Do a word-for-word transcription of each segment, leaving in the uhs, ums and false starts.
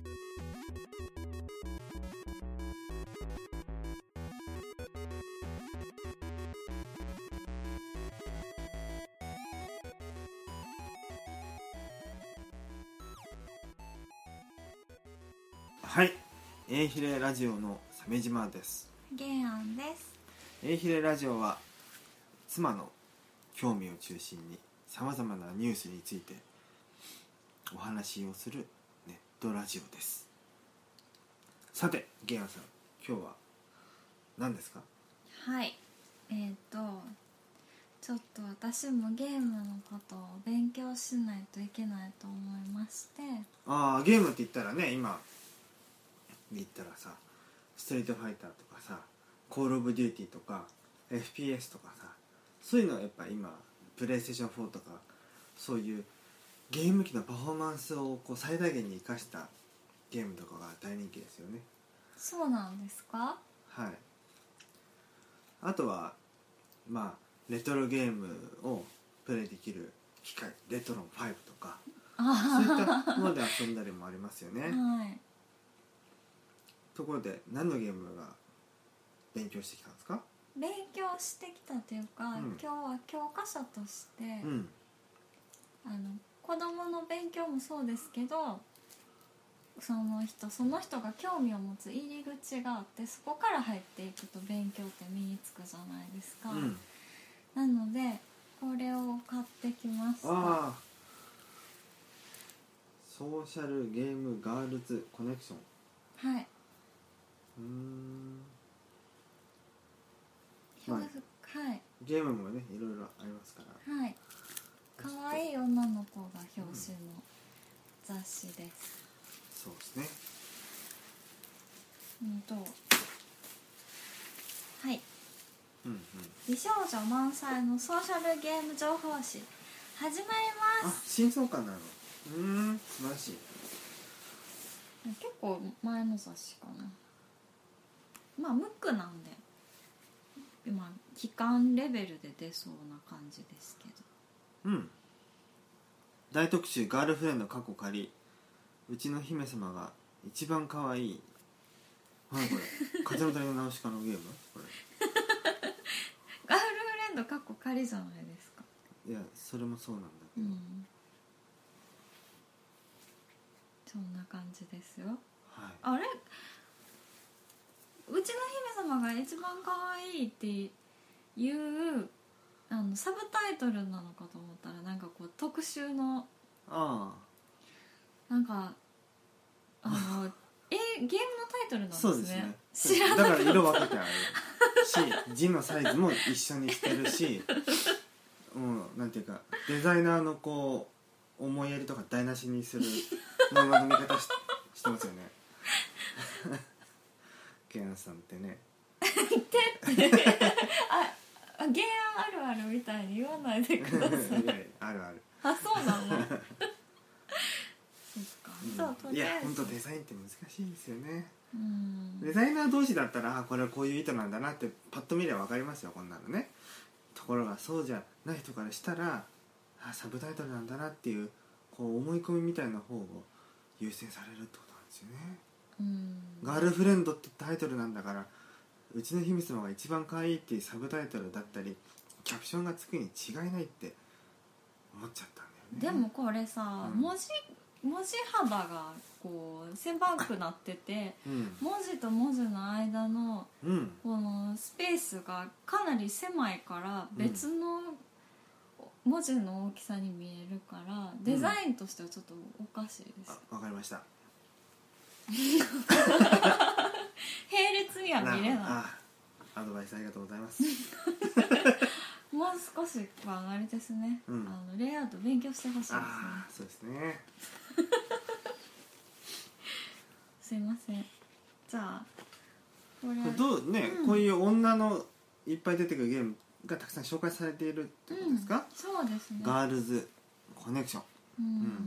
はい、エイヒレラジオの鮫島です。 ゲンアンです。 エイヒレラジオは妻の興味を中心にさまざまなニュースについてお話をするネットラジオです。さてゲンアンさん、今日は何ですか？ はい、えーとちょっと私もゲームのことを勉強しないといけないと思いまして。 ああ、ゲームって言ったらね、今で言ったらさ、ストリートファイターとかさ、コールオブデューティーとか エフピーエス とかさ、そういうのはやっぱ今プレイステーションフォーとか、そういうゲーム機のパフォーマンスをこう最大限に生かしたゲームとかが大人気ですよね。 そうなんですか？ はい。あとはまあレトロゲームをプレイできる機械、レトロンファイブとか、そういったもので遊んだりもありますよね。 はい。 ところで何のゲームが勉強してきたんですか？ 勉強してきたというか、うん、今日は教科書として、うん、あの子供の勉強もそうですけど、その人その人が興味を持つ入り口があって、そこから入っていくと勉強って身につくじゃないですか。うん、なのでこれを買ってきました。あ、 ソーシャルゲームガールズコネクション。 はい。 うーん、 まあ、はい、 ゲームもねいろいろありますから。 はい。可愛い女の子が表紙の雑誌です。 うん、そうですね。 うんと、はい。 うんうん、 美少女満載のソーシャルゲーム情報誌始まります。 あ、新創刊なの。うーん、素晴らしい。 結構前の雑誌かな。まあムックなんで今期間レベルで出そうな感じですけど。 うん。大特集ガールフレンド過去仮、うちの姫様が一番可愛い。何これ？風の谷のナウシカのゲーム？これガールフレンド過去仮じゃないですか。 いや、それもそうなんだけど、うん、 そんな感じですよ。 はい。 あれ、うちの姫様が一番可愛いっていうあのサブタイトルなのかと思ったら、なんかこう特集の、 ああ、なんかあのえゲームのタイトルなんですね。 そうですね。 知らなかった。 だから色分けてあるし、字のサイズも一緒にしてるし、うん、なんていうかデザイナーのこう思いやりとか台無しにする漫画の見方 し, してますよね。ゲンさんってね。 ってってあ、ゲンあるあるみたいに言わないでください。いやあるある。 あ、そうなの。そっか、 うん、 そうとりあえず。 いや本当デザインって難しいですよね。 うん、 デザイナー同士だったら、あ、これはこういう意図なんだなってパッと見れば分かりますよ、こんなのね。ところがそうじゃない人からしたら、あ、サブタイトルなんだなっていう、こう思い込みみたいな方を優先されるってことなんですよね。うん、ガールフレンドってタイトルなんだから、うちの姫様が一番可愛いっていうサブタイトルだったりキャプションがつくに違いないって思っちゃったんだよね。 でもこれさ、うん、文字文字肌がこう狭くなってて、うん、文字と文字の間のこのスペースがかなり狭いから別の文字の大きさに見えるからデザインとしてはちょっとおかしいです。 わかりました。 並列には見れない。 ああ、アドバイスありがとうございます。 もう少しはあれですね、うん、あのレイアウト勉強してほしいですね。 あ、そうですね。 すいません。じゃあこれどうね、うん、こういう女のいっぱい出てくるゲームがたくさん紹介されているってことですか？うん、 そうですね。 ガールズコネクション、うんうん、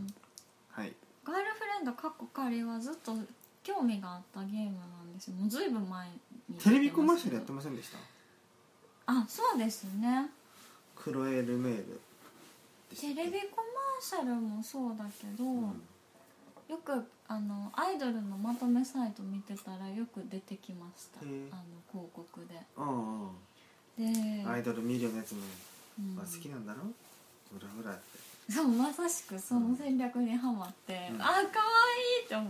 はい。 ガールフレンドカッコ仮はずっと興味があったゲームなんですよ。もうずいぶん前にテレビコマーシャルやってませんでした？ あ、そうですね。 クロエルメールテレビコマーシャルもそうだけど、うん、 よくあのアイドルのまとめサイト見てたらよく出てきました、あの広告で。 うんうん、でアイドル見るようなやつも、うんまあ、好きなんだろうほらほらって。 そうまさしくその戦略にはまって、うん、あ可愛いって思って、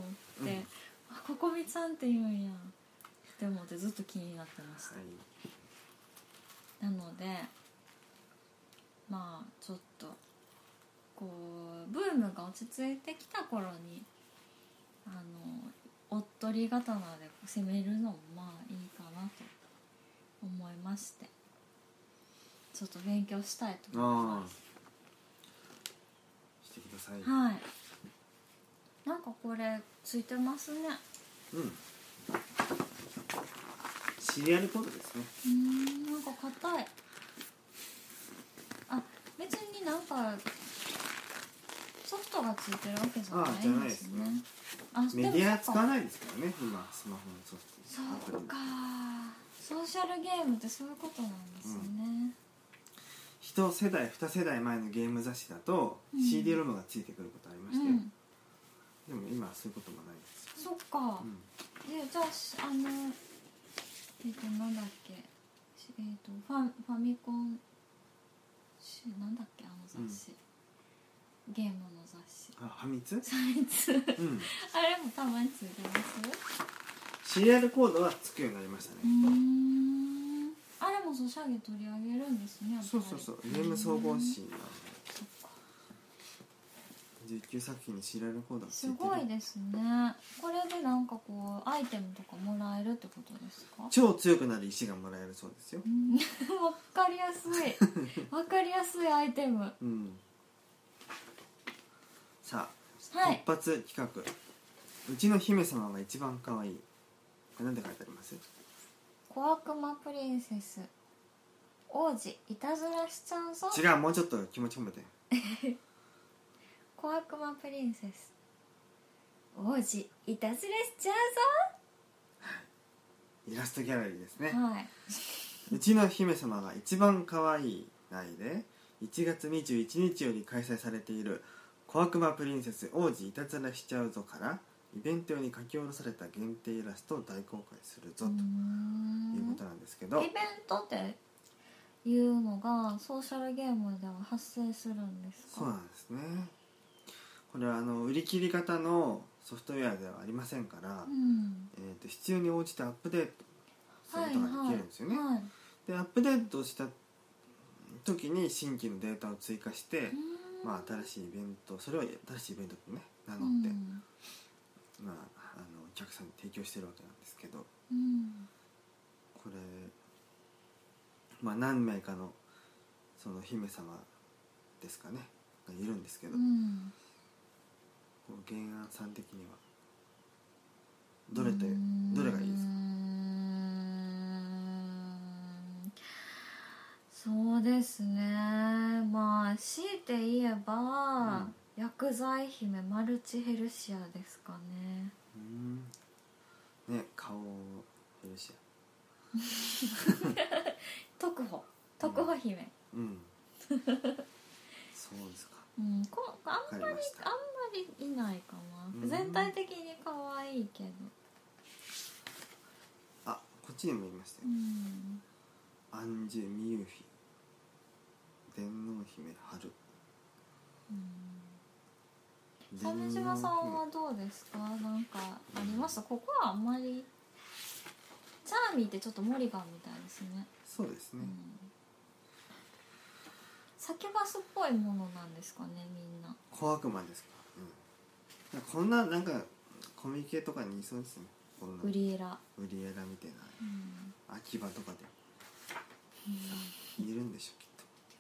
うん、あここみちゃんって言うんやって思ってずっと気になってました、はい、なのでまあちょっとこうブームが落ち着いてきた頃にあのおっとり刀で攻めるのもまあいいかなと思いまして、ちょっと勉強したいと思います。 してください。 はい。なんかこれついてますね。 うん。シリアルコードですね。 うーん、なんか硬い。あ、別になんかソフトがついてるわけじゃないんですね。 あ、メディア使わないですからね、今スマホのソフト。 そうか。ソーシャルゲームってそういうことなんですよね。うん一世代二世代前のゲーム雑誌だと シーディー ロムがついてくることありましたよ、うん、でも今はそういうこともないですよ。そっか、うん、でじゃああのえっ、ー、となんだっけえっ、ー、とファファミコンなんだっけあの雑誌、うん、ゲームの雑誌あファミツファミツ、うん、あれもたまについてます。 シリアルコードはつくようになりましたね。 うーんあれもソシャゲ取り上げるんですね。 そうそうそうゲーム総合誌なのでじゅうきゅうさく品にシリアルコードがついてる。 すごいですね。これでなんかこうアイテムとかもらえるってことですか。 超強くなる石がもらえるそうですよ。 わかりやすいわかりやすいアイテム、うん、 さあ、はい、一発企画うちの姫様が一番可愛い何て書いてあります？ 小悪魔プリンセス王子いたずらしちゃうぞ。 違うもうちょっと気持ち込めて小悪魔プリンセス王子いたずらしちゃうぞ。イラストギャラリーですね、 はい、 うちの姫様が一番可愛い内でいちがつにじゅういちにちより開催されている小悪魔プリンセス王子いたずらしちゃうぞからイベント用に書き下ろされた限定イラストを大公開するぞということなんですけど、 イベントっていうのがソーシャルゲームでは発生するんですか？ そうなんですね。これはあの売り切り型のソフトウェアではありませんから、うんえー、と必要に応じてアップデートすることができるんですよね、はいはい、でアップデートした時に新規のデータを追加して、まあ、新しいイベントそれを新しいイベントとね名乗って、うんまあ、あのお客さんに提供してるわけなんですけど、うん、これ、まあ、何名かのその姫様ですかねがいるんですけど、うん、こう原案さん的にはどれとどれがいいですか？ そうですねまあ強いて言えば、うん、薬剤姫マルチヘルシアですかね。 うんね顔ヘルシア特保特保姫、うん、うん、 そうですか、 うん、こあんまりあんまりいないかな、うん、全体的に可愛いけどあこっちにもいましたよ、うん、アンジュミユフィ電脳姫春、 鮫島さんはどうですか？なんかあります？ここはあんまりチャーミーってちょっとモリガンみたいですね。 そうですね、うん、 サキュバスっぽいものなんですかねみんな。 小悪魔ですか、うん、こんななんかコミケとかにいそうですね。こんなウリエラウリエラみたいな、うん、秋葉とかで、うん、いるんでしょうきっと。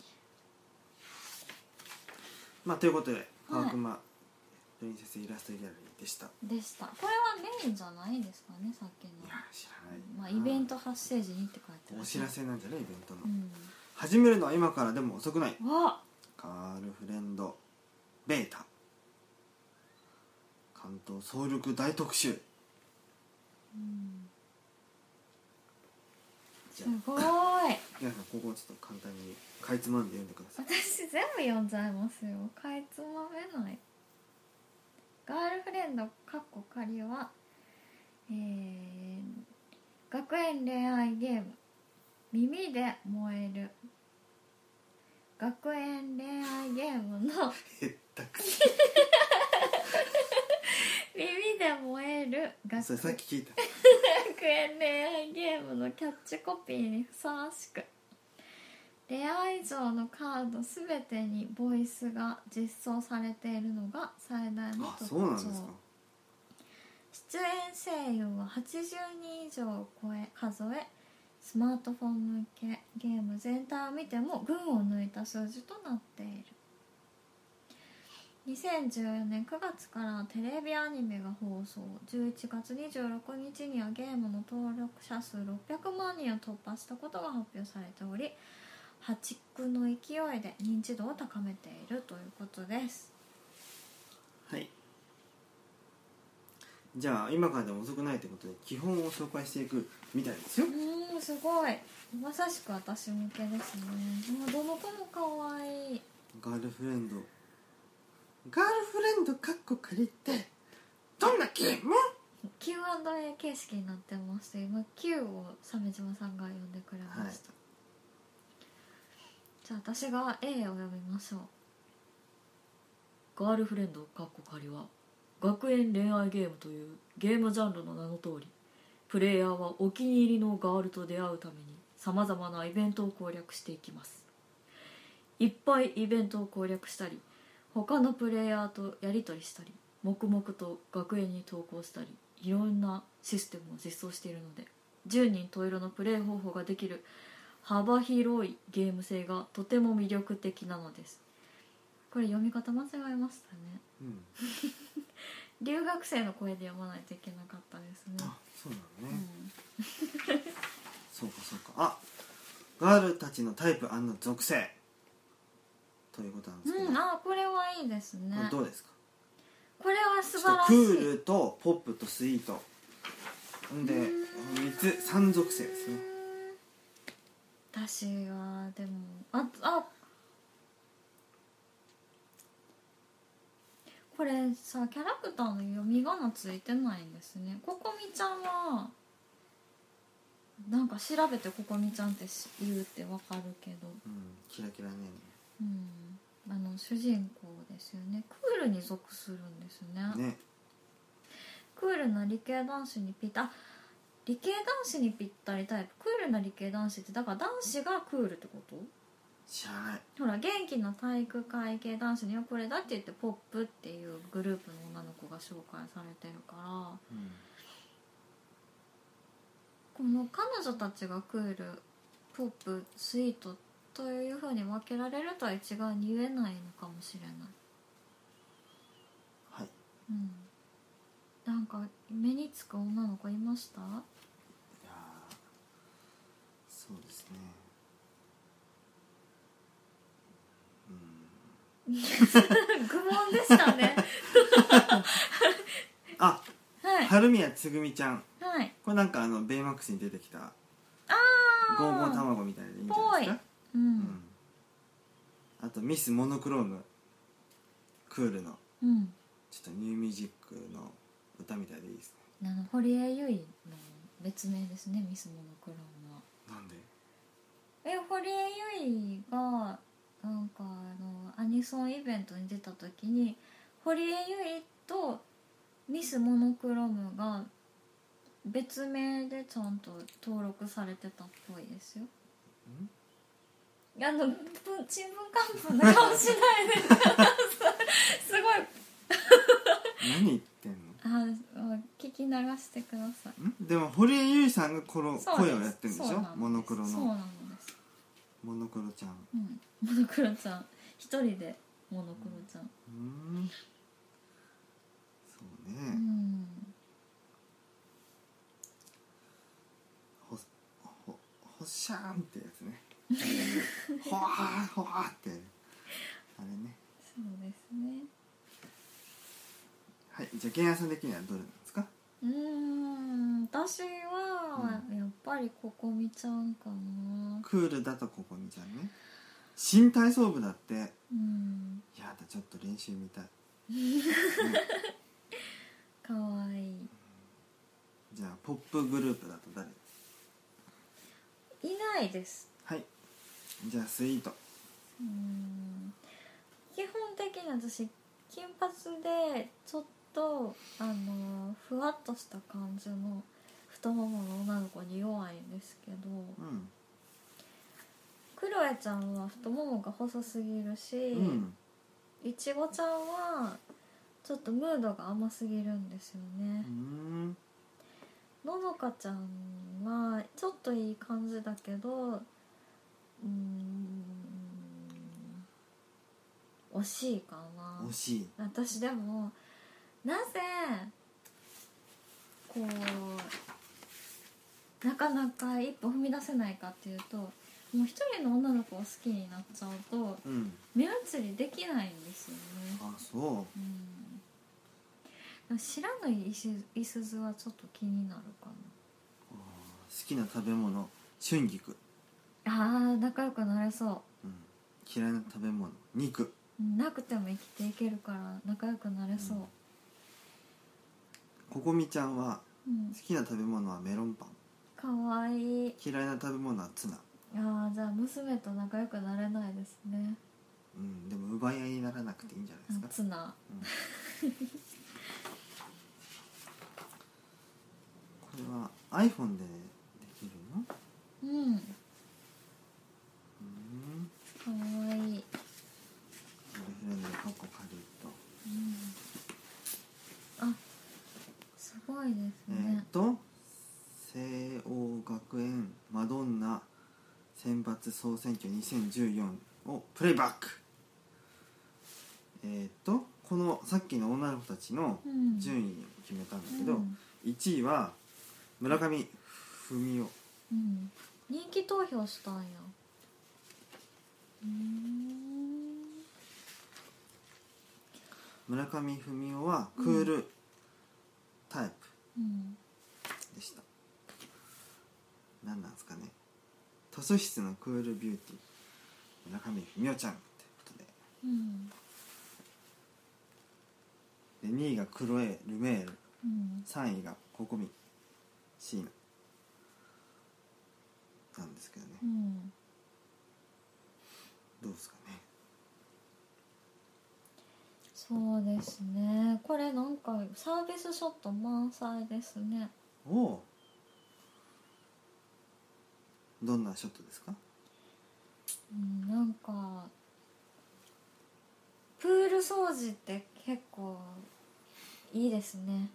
まあということで小悪魔、はい、プリンセスイラストギャラリーでしたでしたこれはメインじゃないですかねさっきの。 いや知らない、 まあ、イベント発生時にって書いてあるお知らせなんじゃないイベントの、うん、始めるのは今からでも遅くない。 わカールフレンドベータ関東総力大特集、うん、 すごい皆さんここをちょっと簡単にかいつまんで読んでください。 私全部読んじゃいますよ。かいつまめないガールフレンドかっこ仮は、えー、学園恋愛ゲーム耳で燃える学園恋愛ゲームのへったくそ耳で燃える学それさっき聞いた学園恋愛ゲームのキャッチコピーにふさわしく、レア以上のカードすべてにボイスが実装されているのが最大の特徴。 あ、そうなんですか。 出演声優ははちじゅうにん以上を超え数え、スマートフォン向けゲーム全体を見ても群を抜いた数字となっている。にせんじゅうよねんくがつからテレビアニメが放送、じゅういちがつにじゅうろくにちにはゲームの登録者数ろっぴゃくまんにんを突破したことが発表されており、破竹の勢いで認知度を高めているということです。 はい、じゃあ今からでも遅くないということで基本を紹介していくみたいですよ。 うーん、すごいまさしく私向けですね。もうどの子もかわいい。 ガールフレンドガールフレンドかっこ借りてどんなゲームキューアンドエー 形式になってまして、今 Q を鮫島さんが呼んでくれました、はい、じゃあ私が A を呼びましょう。 ガールフレンドかっこ仮は学園恋愛ゲームというゲームジャンルの名の通り、プレイヤーはお気に入りのガールと出会うためにさまざまなイベントを攻略していきます。いっぱいイベントを攻略したり、他のプレイヤーとやり取りしたり、黙々と学園に投稿したり、いろんなシステムを実装しているので、じゅうにん十色のプレイ方法ができる幅広いゲーム性がとても魅力的なのです。これ読み方間違えましたね、うん、留学生の声で読まないといけなかったですね。 あ、そうなのね、うん、そうかそうか。あ、ガールたちのタイプ&属性ということなんですけど、 うん、あ、これはいいですね。 これどうですか。 これは素晴らしい。 クールとポップとスイートでみっつさん属性ですね。 私はでもああこれさ、キャラクターの読み仮名ついてないんですね。ここみちゃんはなんか調べてここみちゃんって言うってわかるけど、 うん、キラキラね、 うん、あの主人公ですよね。クールに属するんですね。ね、クールな理系男子にぴった理系男子にぴったりタイプ。クールな理系男子ってだから男子がクールってこと？ 知らない。 ほら、元気な体育会系男子にはこれだって言ってポップっていうグループの女の子が紹介されてるから、うん、この彼女たちがクール、ポップ、スイートという風に分けられるとは一概に言えないのかもしれない。 はい、 うん、なんか目につく女の子いました？いや、そうですね、 愚問でしたねあ、はい、春宮つぐみちゃん、 はい、 これなんかあのベイマックスに出てきたあゴーゴー卵みたいでいいんじゃないですか、 うんうん、 あとミスモノクローム、クールの、うん、ちょっとニューミュージックの歌みたいでいいですね。 あの堀江由衣の別名ですね、ミスモノクロームは。 なんで？ え、堀江由衣がなんかあのアニソンイベントに出た時に堀江由衣とミスモノクロームが別名でちゃんと登録されてたっぽいですよ。ん？あのちんぷんかんぷんな顔しないですすごい何言ってんの？ あ、聞き流してください。 んでも堀江由衣さんがこの声をやってるんでしょ？モノクロの。 そうなんです。 モノクロちゃん、 うん、モノクロちゃん一人でモノクロちゃん、 うん、そうね、うん、ほほほしゃーんってやつねほわーほわーってあれね。 そうですね。 はい、じゃあ原野さん的にはどれなんですか？ うーん、私はやっぱりココミちゃんかな。 クールだとココミちゃんね。新体操部だって、 うん、 やだ、ちょっと練習見たい、 ポップグループだと誰？ いないです。 はい、じゃあスイート。 うーん基本的に私金髪でちょっとあのふわっとした感じの太ももの女の子に弱いんですけど、 うんクロエちゃんは太ももが細すぎるし、 うんいちごちゃんはちょっとムードが甘すぎるんですよね。 うんのどかちゃんはちょっといい感じだけど、うーん惜しいかな。 惜しい。 私でもなぜこうなかなか一歩踏み出せないかっていうと、もう一人の女の子を好きになっちゃうとうん目移りできないんですよね。 あそうん、知らないいしいすずはちょっと気になるかう。あ好きな食べ物春菊。 な。あー仲良くなれそうん嫌いな食べ物肉。 う。うんなくても生きていけるから仲良くなれそう。 ここみちゃんはうん好きな食べ物はメロンパン、 かわいい。 嫌いな食べ物はツナ。 あーじゃあ娘と仲良くなれないですね。 うんでも奪い合いにならなくていいんじゃないですか。 ツナ。 これは iPhone でできるの？ うんうんかわいい。 フレンドカッコカリと、 あすごいですえねっ、と聖王学園マドンナ選抜総選挙にせんじゅうよんをプレイバック。えっ、とこのさっきの女の子たちのうん順位を決めたんだけど、 うんいちいは村上文夫。 うん人気投票したんや。うーん村上文夫はクールタイうんプでした。何なんですかね、図書室のクールビューティー村上文夫ちゃんってことで、 うんでにいがクロエ・ルメール、 うんさんいがココミシーナなんですけどね、 うんどうですかね。 そうですね。これなんかサービスショット満載ですね。 おお、どんなショットですか？ うんなんかプール掃除って結構いいですね。 うーん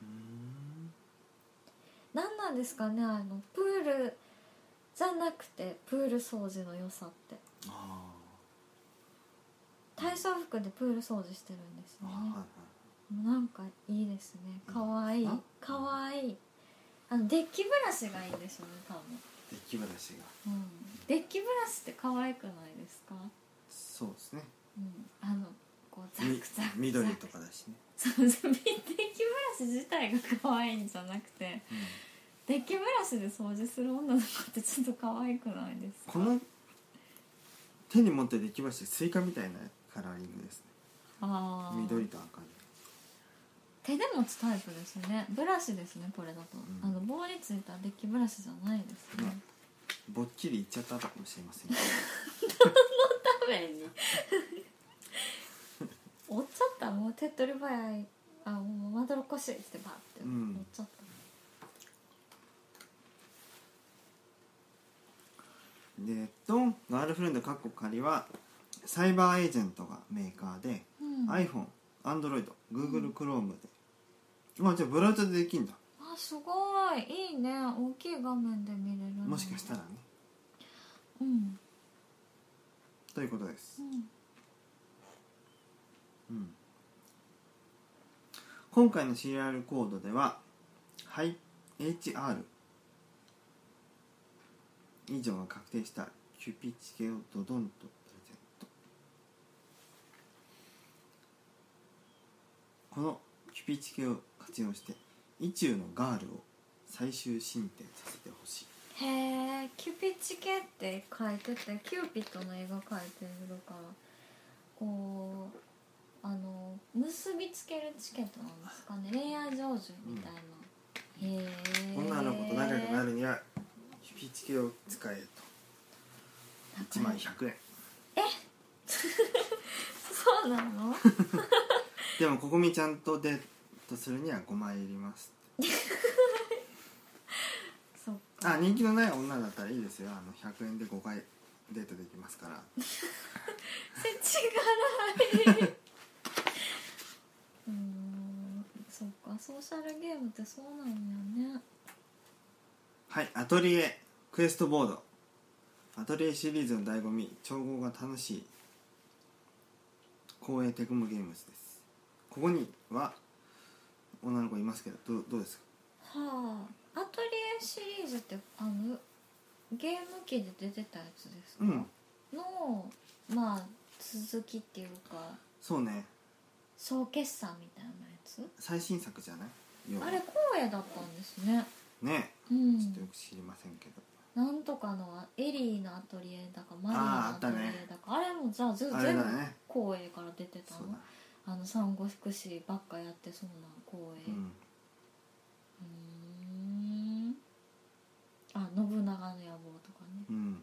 何なんですかね、あのプールじゃなくてプール掃除の良さって。 あ体操服でプール掃除してるんですよね。 ーあはいはいなんかいいですね。かわいいあかわいい。あのデッキブラシがいいでしょうね多分。 デッキブラシがうん、デッキブラシって可愛くないですか？ そうですね、 うん、あのこうザクみザク緑とかだしね、 そうそうデッキブラシ自体が可愛いんじゃなくて、 うんデッキブラシで掃除する女の子ってちょっと可愛くないですか？ この手に持ってデッキブラシスイカみたいなカラーリングですね。 あー緑と赤で、 手で持つタイプですね。ブラシですねこれだと、 うんあの棒についたデッキブラシじゃないですね、 ぼっちりいっちゃったかもしれませんけどために折っちゃった。もう手っ取り早い。あもうまどろっこしいってバーって折っちゃった、 でえっとガールフレンドカッコ仮はサイバーエージェントがメーカーで、 うん、 iPhone、Android、Google Chrome で、あじゃあブラウザでできんだ。 あすごいいいね。大きい画面で見れるの。 もしかしたらね、 うんということです、 うんうん、今回のシリアルコードでは、はい、エイチアール 以上が確定したキュピチケをドドンとプレゼント。このキュピチケを活用して意中のガールを最終進展させてほしい。 へえ、キュピチケって書いててキューピッドの絵が描いてるからこうあの結びつけるチケットなんですかね。恋愛成就みたいな、うん、へえ女の子なるにはピーチ系を使えといちまいひゃくえん。 そうなの？ でもここみちゃんとデートするにはごまいいりますそっか。 あ、人気のない女だったらいいですよ。あのひゃくえんでごかいデートできますからせちがらいうーん、そっか、ソーシャルゲームってそうなんやね。 はい、アトリエクエストボード。アトリエシリーズの醍醐味、調合が楽しい公営テクモゲームズです。ここには女の子いますけど、どう、どうですか？ はあ、アトリエシリーズってあのゲーム機で出てたやつですか？ うん、 のまあ続きっていうかそうね、 総決算みたいなやつ。 最新作じゃない？要はあれ光栄だったんですね。 ね、 うんちょっとよく知りませんけど、 なんとかのエリーのアトリエだかマリーのあーあったアトリエねだか あ, れもじゃあずあれ全部だね、 光栄から出てたの？ そうだ、 あの三国志ばっかやってそうな光栄。 う、 うんーん、あ、信長の野望とかね。 うん、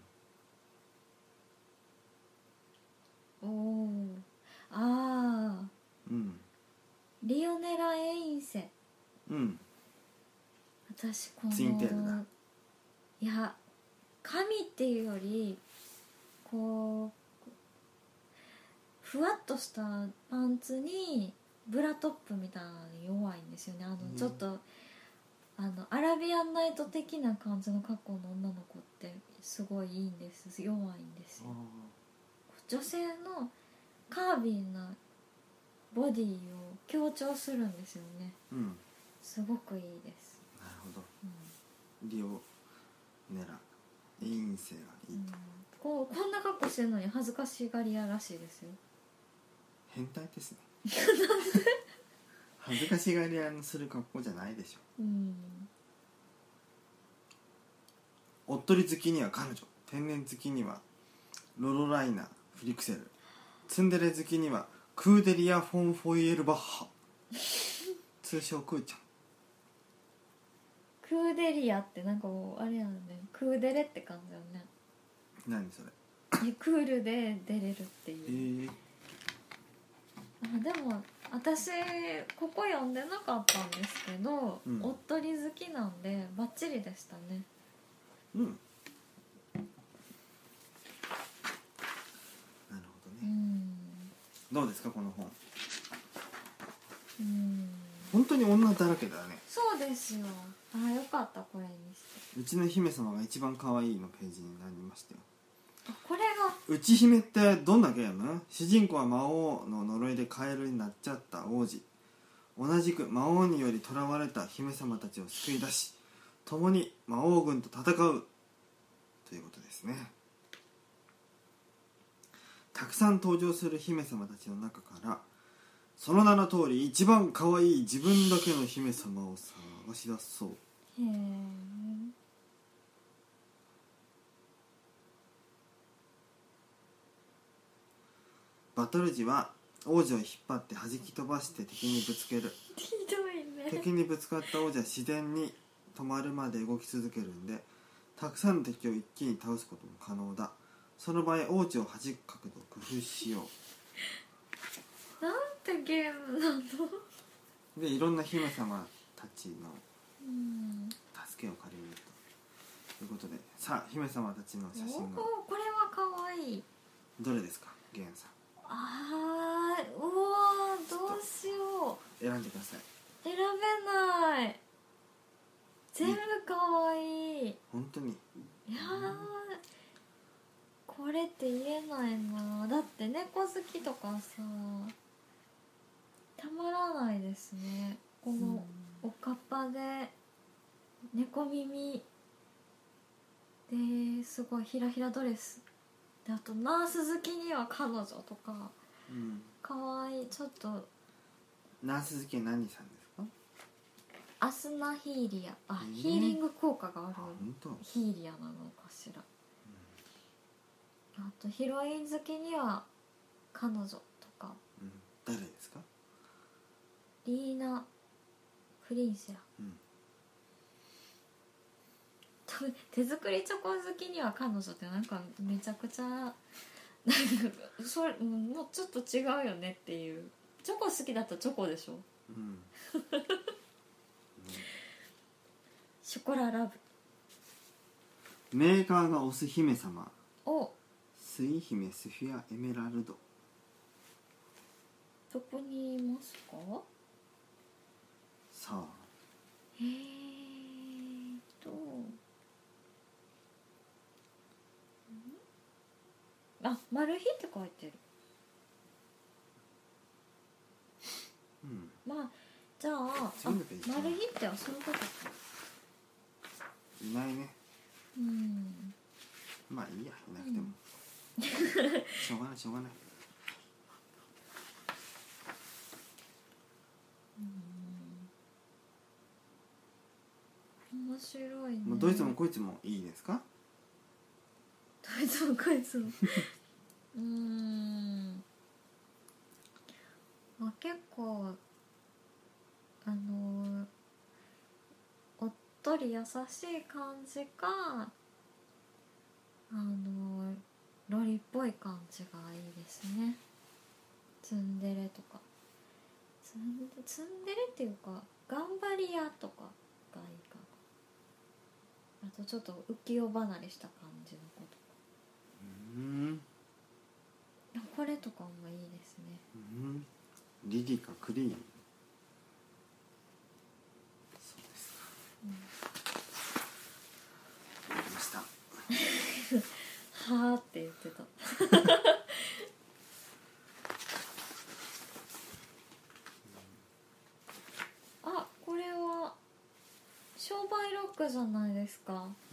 おお、ああ、 うん、 リオネラ・エインセ。 うん、 私このツインテールだ。 いや、神っていうよりこうふわっとしたパンツにブラトップみたいなのに弱いんですよね。あの、 うんちょっとあのアラビアンナイト的な感じの格好の女の子ってすごいいいんです。弱いんですよ。女性のカービーなボディを強調するんですよね。 うん、 すごくいいです、 なるほど。 うんリオネラエインセがいいと、 うん、こうこんな格好してるのに恥ずかしがり屋らしいですよ。 変態ですね恥ずかしがり屋のする格好じゃないでしょ。 うん、 おっとり好きには彼女、天然好きにはロロライナ、フリクセル、ツンデレ好きにはクーデリア・フォン・フォイエルバッハ通称クーちゃん。 クーデリアってなんかもうあれやんね、クーデレって感じだよね。 何それ？ えクールで出れるっていう、 えー、 あでも私ここ読んでなかったんですけど、 うんおっとり好きなんでバッチリでしたね。 うん、なるほどうね。 ん、 どうですかこの本？ うん本当に女だらけだよね。 そうですよ。あ、よかった、これにして。 うちの姫様が一番可愛いのページになりましたよ。 これがうち姫ってどんなゲーム？主人公は魔王の呪いでカエルになっちゃった王子。同じく魔王により囚われた姫様たちを救い出し、共に魔王軍と戦うということですね。たくさん登場する姫様たちの中からその名の通り一番可愛い自分だけの姫様を探し出そう。 へえ。 バトル時は王子を引っ張って弾き飛ばして敵にぶつける。 ひどいね。 敵にぶつかった王子は自然に止まるまで動き続けるんで、たくさんの敵を一気に倒すことも可能だ。その場合王子を弾く角度を工夫しよなんてゲームなの。 う。でいろんな姫様たちのうん。 助けを借りるということで、さあ姫様たちの写真がおお、これは可愛い。 どれですか？ゲンさんあー、うわー、どうしよう。 選んでください。 選べない。全部可愛い。 本当にいやー、これって言えないな。だって猫好きとかさたまらないですね。このおかっぱで猫耳ですごいひらひらドレスで、あとナース好きには彼女とかうんかわいい。ちょっとナース好きは何さんですか？ アスナヒーリア、あ、 えーヒーリング効果があるあ、本当。 ヒーリアなのかしら。あとヒロイン好きには彼女とかうん、誰ですか？ リーナ・フリンシェラ、 うん、 手作りチョコ好きには彼女ってなんかめちゃくちゃなんかそれもうちょっと違うよねっていう。チョコ好きだったらチョコでしょ、うん、ショコララブ。 メーカーが推す姫様。 お、 水姫スフィアエメラルド。 どこにいますか。 さあ、 えーっとあ、マル秘って書いてる。うん、まあじゃあ、あ、マル秘ってはそういうことか。 いないね。うん。まあいいや、いなくても、うん、しょうがないしょうがない。 うん、面白いね。 もうどいつもこいつもいいですか。 どいつもこいつもうーん、まあ、結構あのおっとり優しい感じか、あのロリっぽい感じがいいですね。ツンデレとかツンツンデレっていうか頑張り屋とかがいいかな。あとちょっと浮世離れした感じの子とか。うん、これとかもいいですね。 うん、リリカクリーン。そうですか。うん、わかりました。 はーって言ってた。あ、これは商売ロックじゃないですか。うん、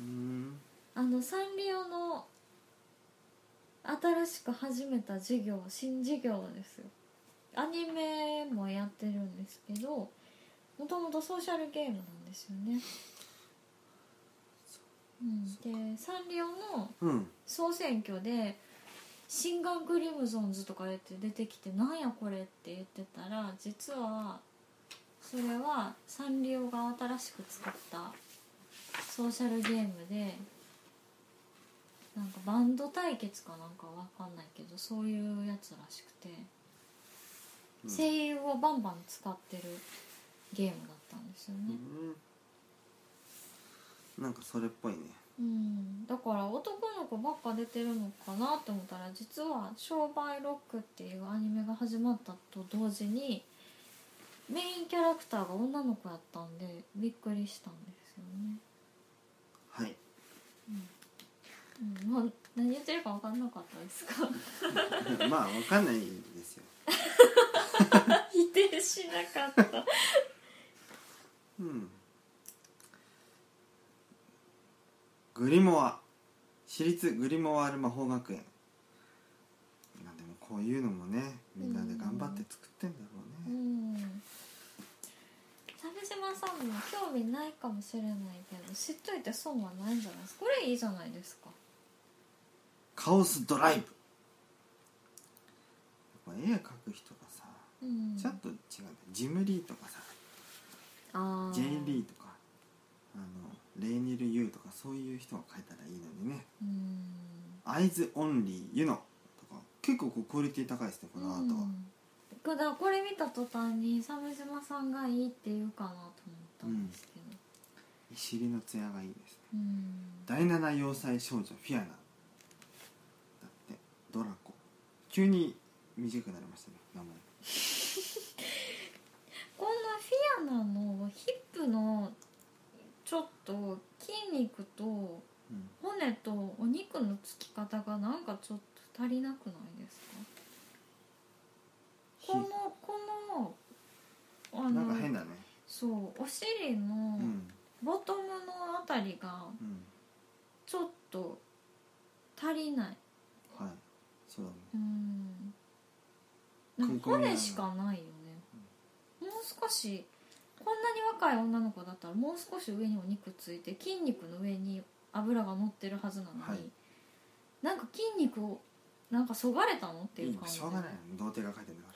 あのサンリオの新しく始めた事業、新事業ですよ。アニメもやってるんですけど、もともとソーシャルゲームなんですよね。うん、でサンリオの総選挙でシンガンクリムゾンズとか言って出てきて、なんやこれって言ってたら、実はそれはサンリオが新しく作ったソーシャルゲームで、なんかバンド対決かなんかわかんないけど、そういうやつらしくて、うん、声優をバンバン使ってるゲームだったんですよね。 うん、なんかそれっぽいね。 うん、だから男の子ばっか出てるのかなと思ったら、実は商売ロックっていうアニメが始まったと同時にメインキャラクターが女の子やったんでびっくりしたんですよね。 はい、 うん、うん、まあ、何言ってるか分かんなかったですか。 まあ分かんないですよ。 否定しなかった。 うん。グリモア、私立グリモワール魔法学園。まあでもこういうのもね、みんなで頑張って作ってんだろうね。うん、 鮫島さんも興味ないかもしれないけど、知っといて損はないんじゃないですか。これいいじゃないですか。 カオスドライブ。絵描く人がさ、うん、ちょっと違うんだ。ジムリーとかさ、あ J リーとか、あのレーニル ユー とか、そういう人が描いたらいいのにね。うん、アイズオンリーユノとか結構こうクオリティ高いですね、このアートは。 うん、だからこれ見た途端に鮫島さんがいいって言うかなと思ったんですけど、 うん、尻の艶がいいですね。うん、第七要塞少女フィアナだってドラコ。急に短くなりましたね、名前。 このフィアナのヒップのちょっと筋肉と骨とお肉のつき方がなんかちょっと足りなくないですか。このこのあのなんか変だね。 そう、お尻のボトムのあたりがちょっと足りない。 うん、はい、そうだね。うん、 なんか骨しかないよね。もう少し、こんなに若い女の子だったらもう少し上にお肉ついて筋肉の上に油が乗ってるはずなのに、はい、なんか筋肉をなんかそがれたのっていう感じで。 しょうがない、童貞が書いてんだから。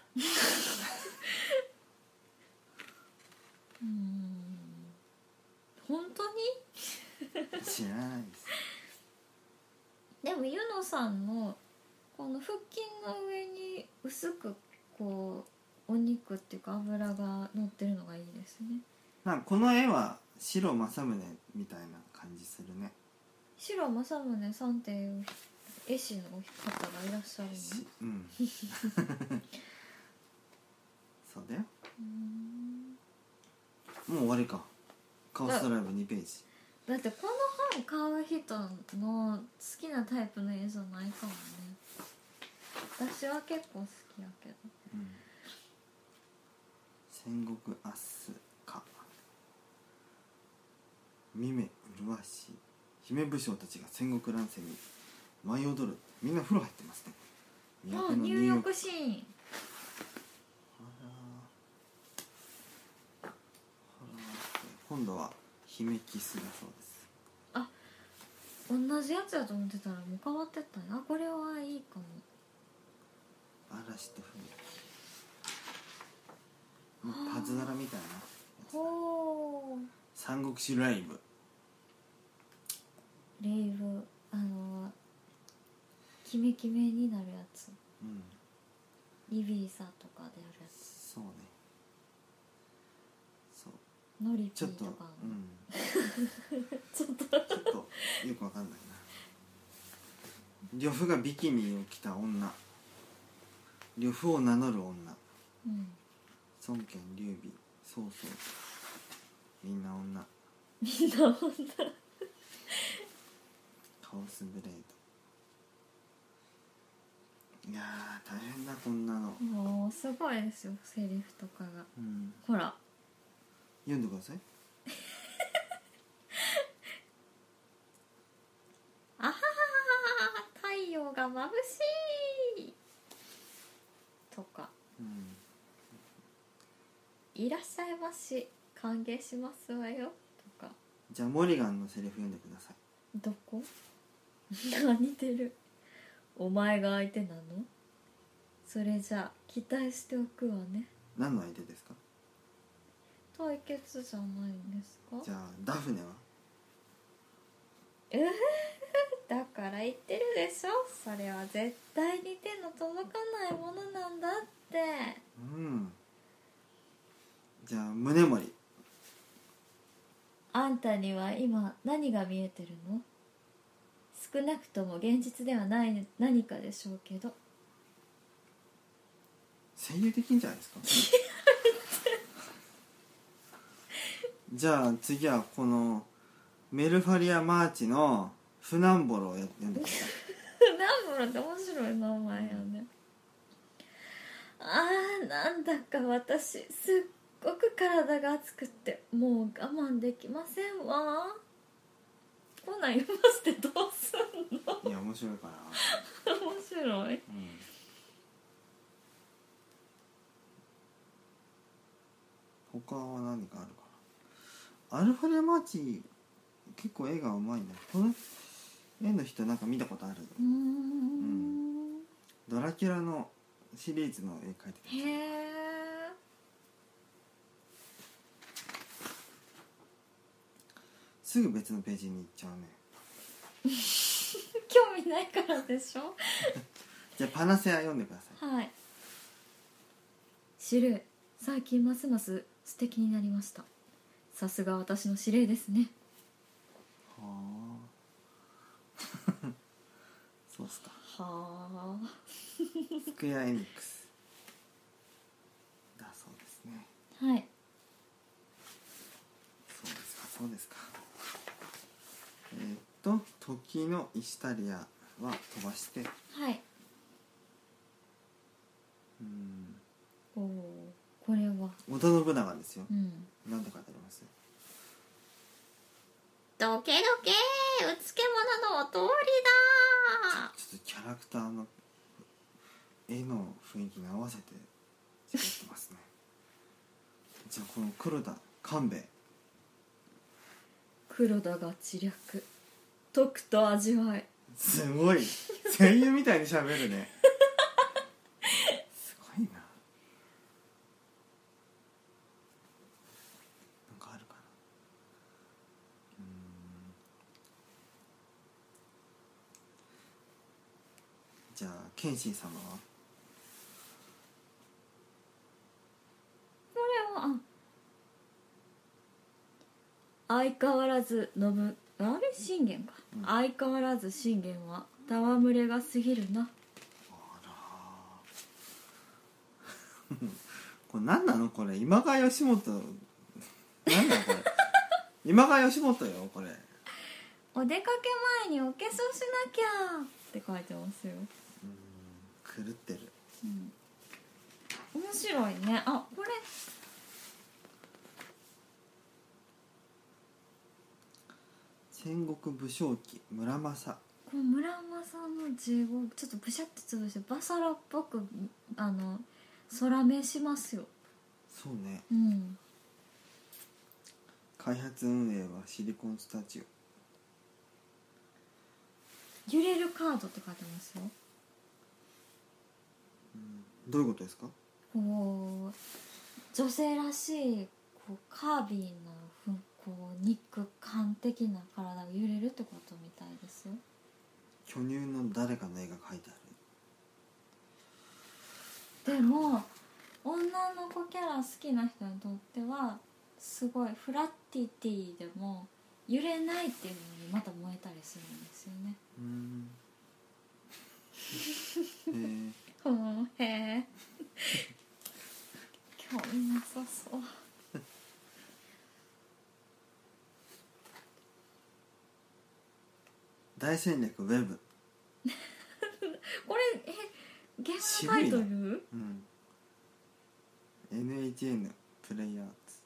うーん、本当に知らないです。 でもユノさんのこの腹筋の上に薄くこうお肉っていうか油が乗ってるのがいいですね。 なんかこの絵は白正宗みたいな感じするね。 白正宗さんっていう絵師の方がいらっしゃるの？ うんそうだよ。もう終わりか。カオスドライブにページ。 だってこの本買う人の好きなタイプの絵じゃないかもね。私は結構好きやけど、 うん、戦国明日か見目麗しい姫武将たちが戦国乱世に舞い踊る。みんな風呂入ってますね。 ああ入浴シーン。 今度は姫キスだそうです。 あ、同じやつやと思ってたらもう変わってったね。あ、これはいいかも。 嵐と文もうパズドラみたいな。 ほー。 三国志ライブ。 レイブ、あのキメキメになるやつ。 うん。 リビーサとかでやるやつ。 そうね。そう。 ノリピちょっと、 ーとかうん。 ちょっとちょっとよくわかんないな。呂布がビキニを着た女。呂布を名乗る女。 うん。 孫権劉備曹操。みんな女。 みんな女。 カオスブレード。いやー大変だこんなの。 もうすごいですよセリフとかが、 うん、 ほら読んでください。 あはははは太陽が眩しいとか、 うん、 いらっしゃいまし歓迎しますわよとか。 じゃあモリガンのセリフ読んでください。 どこ？似てる。お前が相手なの？それじゃあ期待しておくわね。 何の相手ですか？ 対決じゃないんですか？ じゃあダフネは？ うふふだから言ってるでしょ。それは絶対に手の届かないものなんだって。 うん。じゃあ宗盛。 あんたには今何が見えてるの？少なくとも現実ではない何かでしょうけど。 声優できんじゃないですか？じゃあ次はこのメルファリア・マーチのフナンボロを読んでください。 フナンボロって面白い名前よね。あーなんだか私すっごく体が熱くってもう我慢できませんわ。こんなん読ませてどうすんの？ いや面白いから。 面白い、うん、 他は何かあるかな。アルファリア・マーチ結構絵がうまいね。この絵の人なんか見たことある。 うーん、うん、 ドラキュラのシリーズの絵描いてる。 へえ。 すぐ別のページに行っちゃうね。 興味ないからでしょ。 じゃあパナセア読んでください。 はい。司令、最近ますます素敵になりました。さすが私の司令ですね。 はあそうっすか。 はあスクエアエニックスだそうですね。 はい。 そうですかそうですか。えー、っと時のイシタリアは飛ばして、 はい。 うーん、 おお、これは織田信長ですよ。 うん。 なんて書いてあります？ どけどけうつけ者のお通りだ。 ちょっとキャラクターの絵の雰囲気に合わせて作ってますね。じゃあこの黒田官兵衛。 黒田が知略解くと味わい。 すごい声優みたいに喋るね。すごいな。なんかあるかな。うーんじゃあ謙信様は？ これは相変わらず信あれ信玄か、うん、相変わらず信玄は戯れが過ぎるな。 あらこれ何なのこれ、今川義元何なのこれ今川義元よこれ。 お出かけ前にお化粧しなきゃって書いてますよ。 うん、狂ってる、 うん、面白いね。あ、これ戦国武将記村正。 この村正の字をちょっとブシャッと潰してバサラっぽくあの空目しますよ。 そうね、 うん、 開発運営はシリコンスタジオ。揺れるカードって書いてますよ。 うん、どういうことですか？ こう女性らしいこうカービーなこう肉感的な体が揺れるってことみたいですよ。 巨乳の誰かの絵が描いてある。でも女の子キャラ好きな人にとってはすごいフラッティティでも揺れないっていうのにまた燃えたりするんですよね。 うーんへえへえ興味なさそう大戦略ウェブこれえゲームタイトル、うん、 エヌエイチエヌ プレイヤーズ。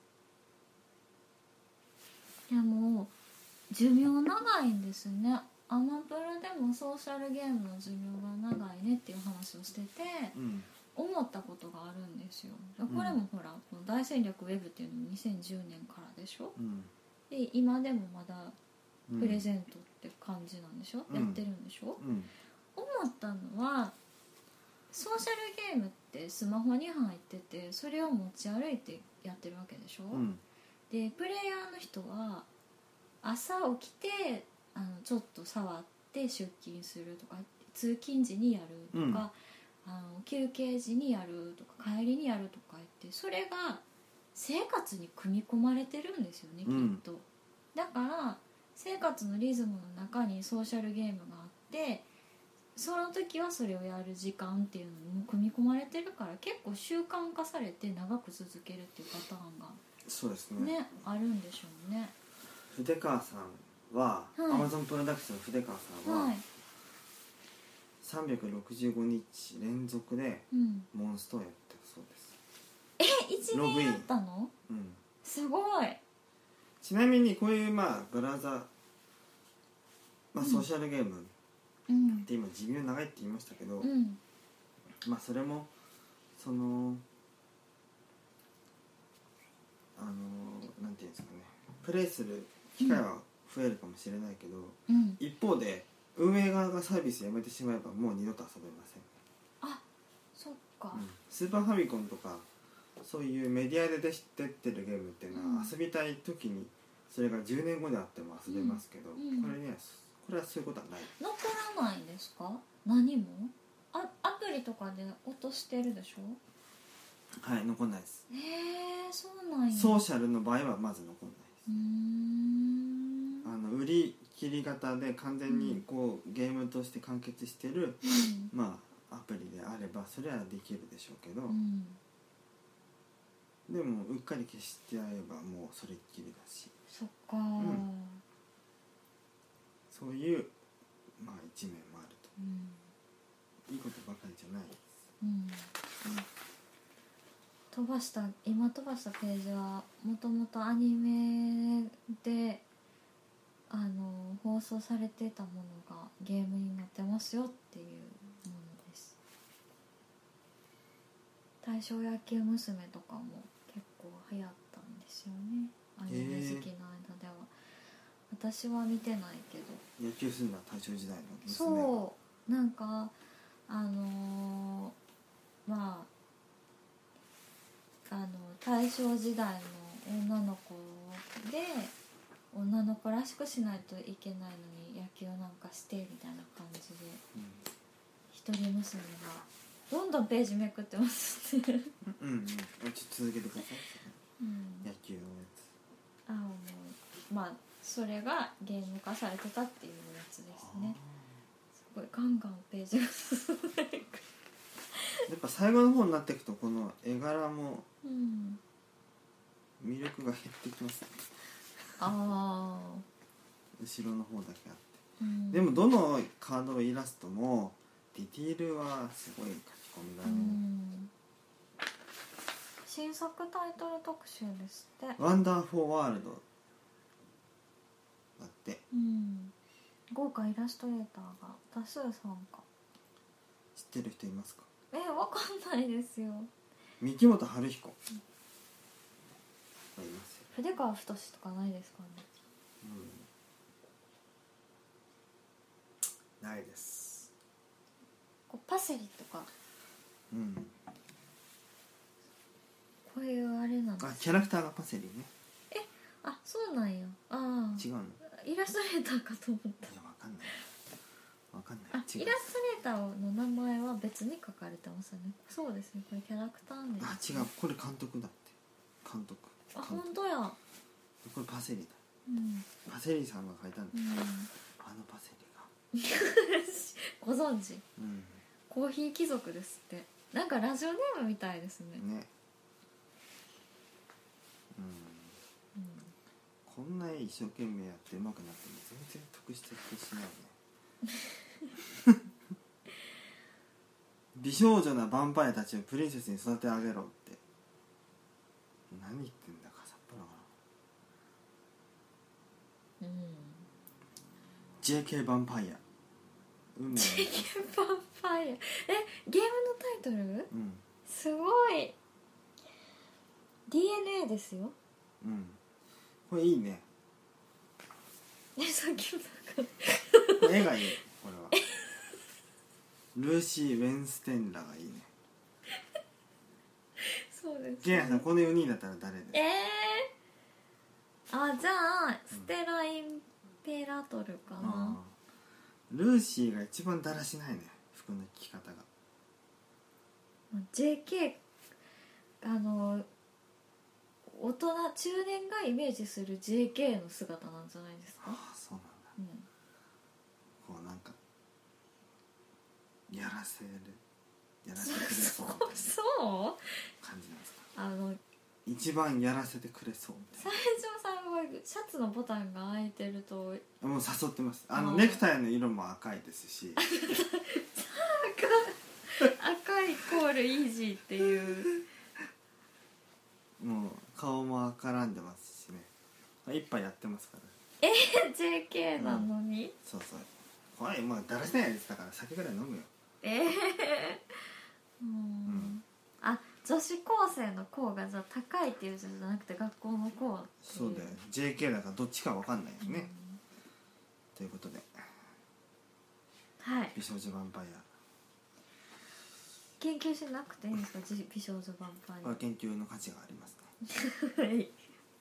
いやもう寿命長いんですね。アマプラでもソーシャルゲームの寿命が長いねっていう話をしてて、うん、思ったことがあるんですよ。これもほら、この大戦略ウェブっていうのもにせんじゅうねんからでしょ、うん、で今でもまだプレゼントって感じなんでしょ、うん、やってるんでしょ、うん、思ったのはソーシャルゲームってスマホに入っててそれを持ち歩いてやってるわけでしょ、うん、でプレイヤーの人は朝起きてあのちょっと触って出勤するとか通勤時にやるとか、うん、あの休憩時にやるとか帰りにやるとか言ってそれが生活に組み込まれてるんですよね、きっと、うん、だから生活のリズムの中にソーシャルゲームがあってその時はそれをやる時間っていうのも組み込まれてるから結構習慣化されて長く続けるっていうパターンがそうですね、 ねあるんでしょうね。 筆川さんは、はい、アマゾンプロダクションの筆川さんは、はい、さんびゃくろくじゅうごにち連続でモンストをやってるそうです、 うん、えいちねんやったの？うん、すごい。 ちなみにこういうまあブラウザ、まあ、ソーシャルゲームって今寿命長いって言いましたけど、うん、まあそれもそのあのなんていうんですかねプレイする機会は増えるかもしれないけど、うん、一方で運営側がサービスやめてしまえばもう二度と遊べません。 あ、そっか、うん、 スーパーファミコンとかそういうメディアで出てるゲームっていうのは、うん、遊びたい時にそれがじゅうねんごであっても遊べますけど、うんうん、これねこれはそういうことはない。 残らないんですか？何もあアプリとかで落としてるでしょ？ はい残んないです。 へえー、そうなんや。 ソーシャルの場合はまず残んないです。うーんあの売り切り型で完全にこう、うん、ゲームとして完結してる、うん、まあアプリであればそれはできるでしょうけど、うん、でもうっかり消してあればもうそれっきりだし。 そっか、うん、 そういうまあ一面もあると、うん、いいことばかりじゃないです、うんうん、飛ばした今飛ばしたページはもともとアニメであの放送されてたものがゲームになってますよっていうものです。大正野球娘とかも結構流行ったんですよね、アニメ好きの間では。私は見てないけど。 野球するのは大正時代の娘。 そうなんかあのー、まああの大正時代の女の子で女の子らしくしないといけないのに野球なんかしてみたいな感じで、うん、 一人娘がどんどんページめくってますねうんうん、ちょっと続けてください、 うん、 野球のやあもうまあそれがゲーム化されてたっていうやつですつね。すごいガンガンページが進んでいくやっぱ最後の方になっていくとこの絵柄もうん魅力が減ってきますね、 ああ、 後ろの方だけあって、 うん、 でもどのカードイラストもディティールはすごい書き込みだうね、 ん、新作タイトル特集ですって。 ワンダーフォーワールドだって。 うん豪華イラストレーターが多数参加。 知ってる人いますか？ えわかんないですよ。 三木本春彦、うん、いますよ。 筆川太とかないですかね。 うん、ないです。 こうパセリとか、 うん、 こういうあれなんです。 あ、キャラクターがパセリね。 え、あ、そうなんや。ああ、 違うの？ イラストレーターかと思った。 いや、わかんないわかんない。 あ、 違う。 イラストレーターの名前は別に書かれてますね。そうですね、これキャラクター名あ、 です違う、これ監督だって。監督。 あ、 監督本当や。 これパセリだ。 うんパセリさんが書いたんだ、 うん、 あのパセリがご存知、 うんコーヒー貴族ですって。なんかラジオネームみたいですね。 ね、うん、こんな一生懸命やってうまくなっても全然得してってしないね美少女なヴァンパイアたちをプリンセスに育て上げろって何言ってんだかさっぱらかうん、 ジェーケー ヴァンパイア運命のジェーケー ヴァンパイア、え、ゲームのタイトル？ うんすごい ディーエヌエー ですよ。 うんこれいいね。 え、さっきのこれ絵がいいこれはルーシー・ウェンステンラがいいね。 そうです、ね、 ゲンヤさんこのよにんだったら誰で？ えー、あ、じゃあステラインペラトルかな。 ルーシーが一番だらしないね、服の着方が。 ジェーケー あの大人中年がイメージする ジェーケー の姿なんじゃないですか。 ああ、そうなんだ、うん、こうなんかやらせるやらせてくれそうみたいなそう感じなんですか。 あの一番やらせてくれそうみたい最初さんはシャツのボタンが開いてるとな。もう誘ってます。あのあネクタイの色も赤いですし赤いイコールイージーっていうもう顔も赤らんでますしね。一杯やってますから。 え ジェーケー なのに、うん、 そうそう、怖い、まあだらしないやつだから酒ぐらい飲むよ。 ええー、うん、うん、あ、女子高生の高がじゃあ高いっていう字じゃなくて学校の高っていう。 そうだよ、 ジェーケー だからどっちか分かんないよね、うん、ということで、 はい、 美少女ヴァンパイア研究しなくていいんですか？美少女ヴァンパイアは研究の価値がありますねはい。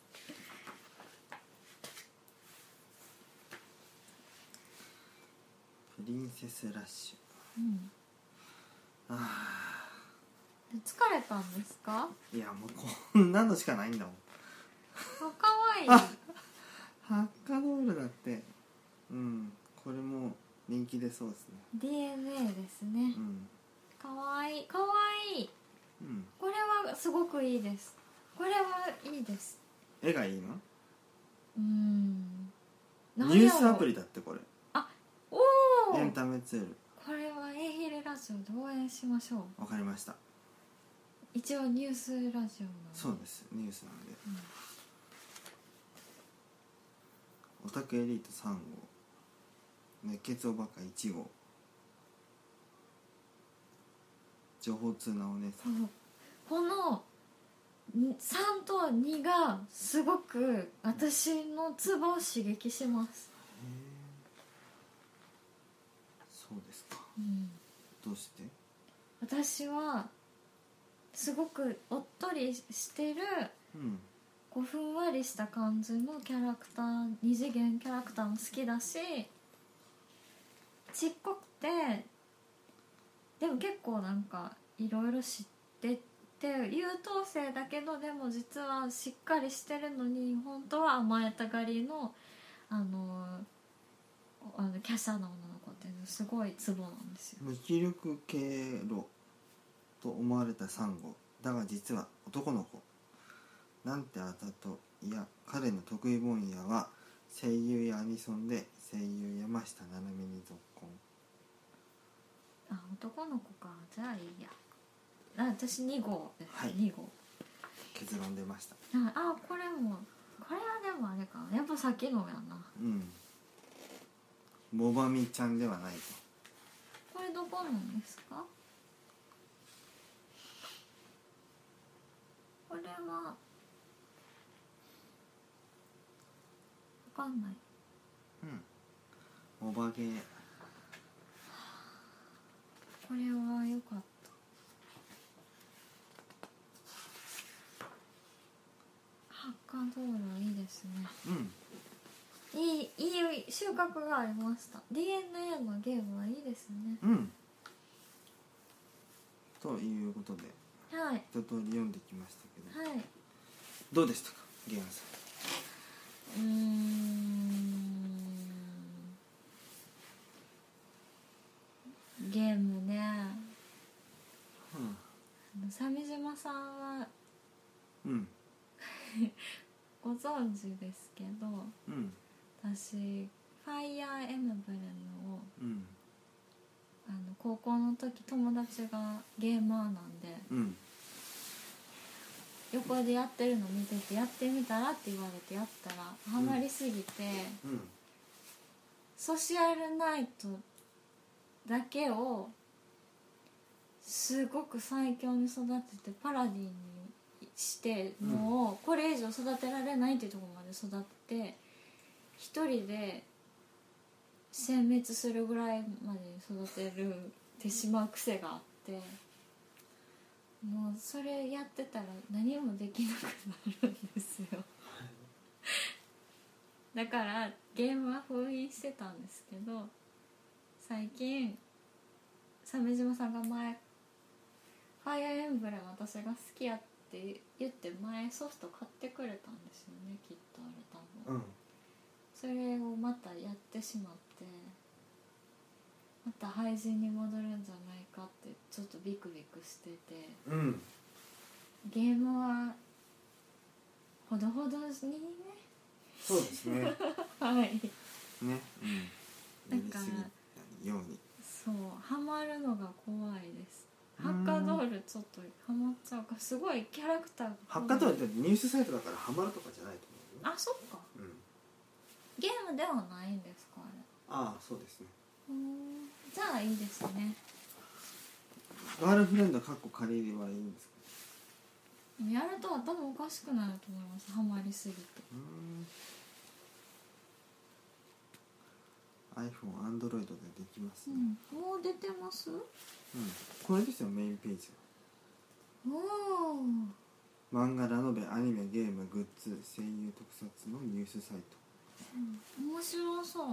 プリンセスラッシュ、うん、 あ疲れたんですか？ いやもうこんなのしかないんだもん。 あ、かわいい。 ハッカドールだって、うん、これも人気出そうですね。 ディーエヌエー ですね、うん、かわいいかわいい、うん、これはすごくいいです。これはいいです。 絵がいいの？ うーん、 ニュースアプリだってこれ。 あ、おお、 エンタメツール。これはエイヒレラジオで応援しましょう。 わかりました。 一応ニュースラジオなので。 そうです、ニュースなので、うん、オタクエリートさん号、熱血おバカいち号、情報通なお姉さん。 このさんとにがすごく私のツボを刺激します。 へえ、そうですか、 うん、 どうして？ 私はすごくおっとりしてる、うん、こうふんわりした感じのキャラクター、二次元キャラクターも好きだし、ちっこくてでも結構なんかいろいろ知ってて優等生だけどでも実はしっかりしてるのに本当は甘えたがりのあのあの華奢な女の子っていうのすごいツボなんですよ。 無気力経路と思われたサンゴだが実は男の子なんてあたと。いや彼の得意分野は声優やアニソンで声優山下七海に続婚。 あ、男の子か。じゃあいいや。あ、私に号です、 はい、 に号結論出ました。 ああ、これもこれはでもあれかな、やっぱさっきのやな。 うんボバミちゃんではないと。 これどこなんですか？これはわかんない。 うんボバゲー。 これは良かった。ハッカードールいいですね。 うんいいいい収穫がありました。 ディーエヌエー のゲームはいいですね。 うんということではい、 一通り読んできましたけど、 はい、 どうでしたかゲームさうーんゲームね、 ん。 あの鮫島さんはうんご存知ですけど、 うん私ファイヤーエムブレムをうんあの高校の時友達がゲーマーなんでうん横でやってるの見ててやってみたらって言われてやったらハマりすぎて、 うんソシャルナイトだけをすごく最強に育ててパラディンにしてもうこれ以上育てられないっていうところまで育って一人で殲滅するぐらいまで育てるてしまう癖があって、もうそれやってたら何もできなくなるんですよだからゲームは封印してたんですけど、最近鮫島さんが前ファイアーエンブレム私が好きやって言って前ソフト買ってくれたんですよね、きっとあれ多分、 うん、 それをまたやってしまってまた廃人に戻るんじゃないかってちょっとビクビクしてて、 うん、 ゲームはほどほどにね。 そうですねはいね、うん、やりすぎないように。 そうハマるのが怖いです。ハッカードールちょっとハマっちゃうからすごいキャラクターがハッカードールってニュースサイトだからハマるとかじゃないと思うよ。 あ、そっか、 うん、 ゲームではないんですかあれ。 ああそうですね。 うーん、じゃあいいですね。 ガールフレンドかっこ借り入れはいいんですか。 やると頭おかしくなると思います、ハマりすぎて。 うーん iPhone、Android でできますね、 うん、もう出てます。 うん、これですよメインページおお。 漫画、ラノベ、アニメ、ゲーム、グッズ、声優特撮のニュースサイト、 うん、面白そう。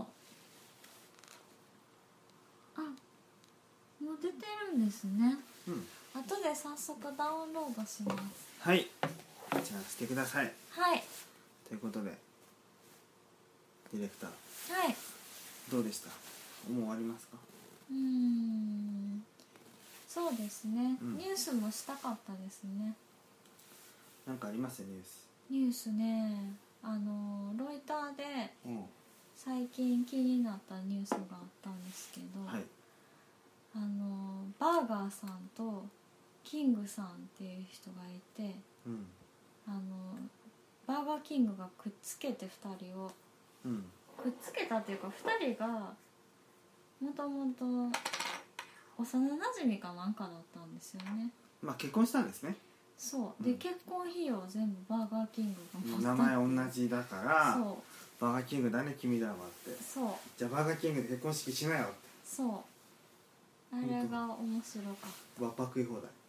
あ、もう出てるんですね。 うん、 後で早速ダウンロードします。 はい、じゃあしてください。 はいということでディレクターはい。 どうでした。もう終わりますか。 うーん、そうですね、 うん、 ニュースもしたかったですね。 なんかありますよニュース。 ニュースね、あのロイターでうん最近気になったニュースがあったんですけど、 はい、 あのバーガーさんとキングさんっていう人がいて、 うん、 あのバーガーキングがくっつけてふたりを、 うん、 くっつけたっていうかふたりがもともと幼なじみかなんかだったんですよね。 まあ結婚したんですね。 そうで、 うん、 結婚費用全部バーガーキングが名前同じだからそうバーガーキングだね君らはって。 そうじゃあバーガーキングで結婚式しなよって。 そうあれが面白かっワッパ食い放題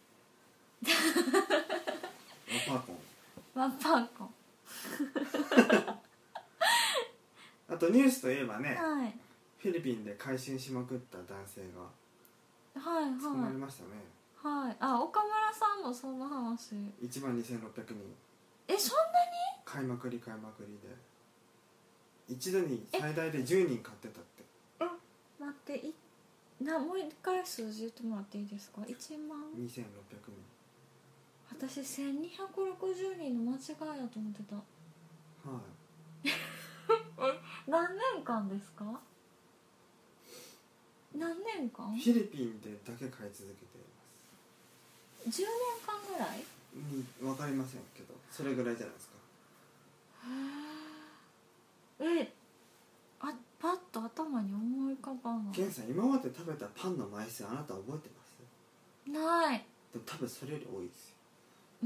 ワッパーコン。 た。ワッパーコンあとニュースといえばね、 はい。 フィリピンで改心しまくった男性がはいはい捕まりましたね。 はい。あ、岡村さんもそんな話。 いちまんにせんろっぴゃくにん。 え、そんなに？ 買いまくり買いまくりで一度に最大でじゅうにん買ってたって。 え、待って、いなもう一回数字言ってもらっていいですか？いちまんにせんろっぴゃくにん。 私せんにひゃくろくじゅうにんの間違いやと思ってた。 はい。 何年間ですか？何年間？ フィリピンでだけ買い続けています。 じゅうねんかんぐらい？ に分かりませんけどそれぐらいじゃないですか。 え、あ、パッと頭に思い浮かばない。 ケンさん今まで食べたパンの枚数あなた覚えてます？ ない。 でも多分それより多いですよ。 うん。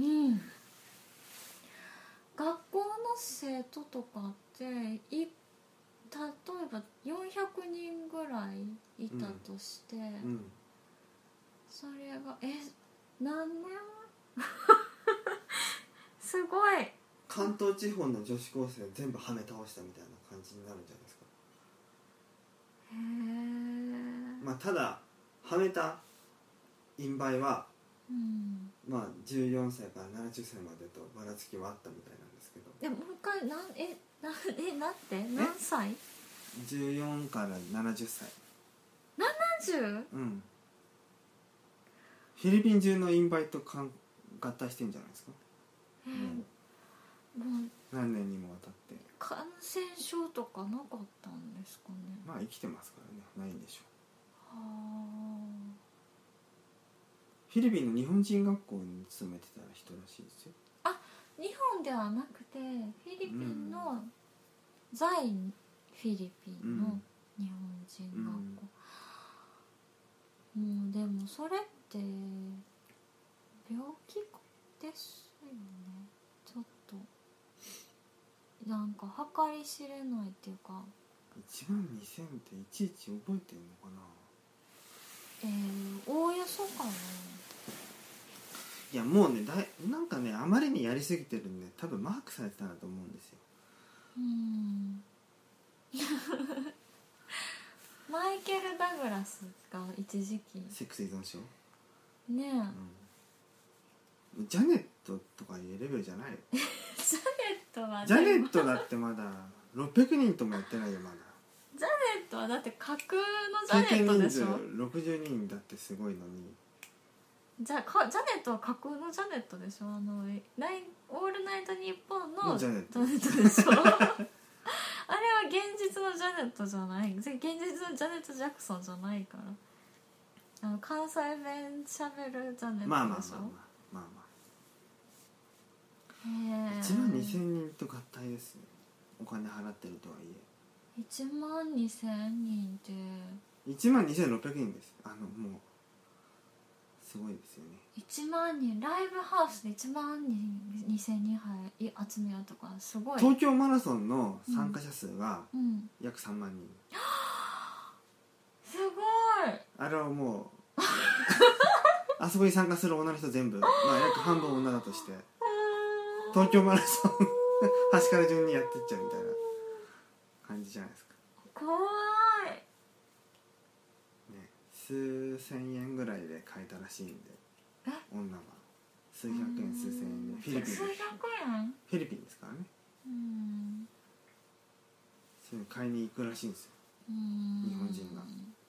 学校の生徒とかってい例えばよんひゃくにんぐらいいたとして、 うん、 それがえ何年すごい。 関東地方の女子高生を全部はめ倒したみたいな感じになるんじゃないですか。 へえ。 まあただはめた陰媒は、 うん、 まあじゅうよんさいからななじゅっさいまでとばらつきはあったみたいなんですけど。 でももう一回なんえなえなんて何歳？ じゅうよんからななじゅっさい。 ななじゅう？ うん。フィリピン中の陰媒とかん合体してんじゃないですか。 えー、 うん、 もう何年にもわたって感染症とかなかったんですかね。 まあ生きてますからね、ないんでしょう。 はあ。 フィリピンの日本人学校に勤めてた人らしいですよ。 あ、日本ではなくてフィリピンの、うん、在フィリピンの日本人学校、うん、もうでもそれって病気ですよね。ちょっとなんか計り知れないっていうか。 いちまんにせんっていちいち覚えてるのかな。 えー、おおよそかな。 いやもうねだいなんかねあまりにやりすぎてるんで多分マークされてたんだと思うんですよ。 うーんマイケル・ダグラスが一時期セックス依存症ねえ、 うん、ジャネットとかいうレベルじゃないよジャネットはジャネットだってまだろっぴゃくにんともやってないよまだ。 ジャネットはだって架空のジャネットでしょ。 経験人数ろくじゅうにんだってすごいのに。 じゃあジャネットは架空のジャネットでしょ。あのナイオールナイトニッポンのジャネットでしょあれは現実のジャネットじゃない。現実のジャネット・ジャクソンじゃないから。あの関西弁しゃべるジャネットでしょ。 まあまあまあまあまあまあ、へえいちまんにせんにんと合体ですね。お金払ってるとはいえいちまんにせんにんっていちまんにせんろっぴゃくにんです。あのもうすごいですよね。 いちまんにんライブハウスでいちまんにせんにん集めようとかすごい。 東京マラソンの参加者数が約さんまんにん、うんうん、 すごい。 あれはもうあそこに参加する女の人全部、まあ、約半分女だとして東京マラソン端から順にやってっちゃうみたいな感じじゃないですか。 怖い、 ね、数千円ぐらいで買えたらしいんで女は数百円数千円でフィリピンで数百円フィリピンですからね。 うん、 そういうの買いに行くらしいんですようん日本人が。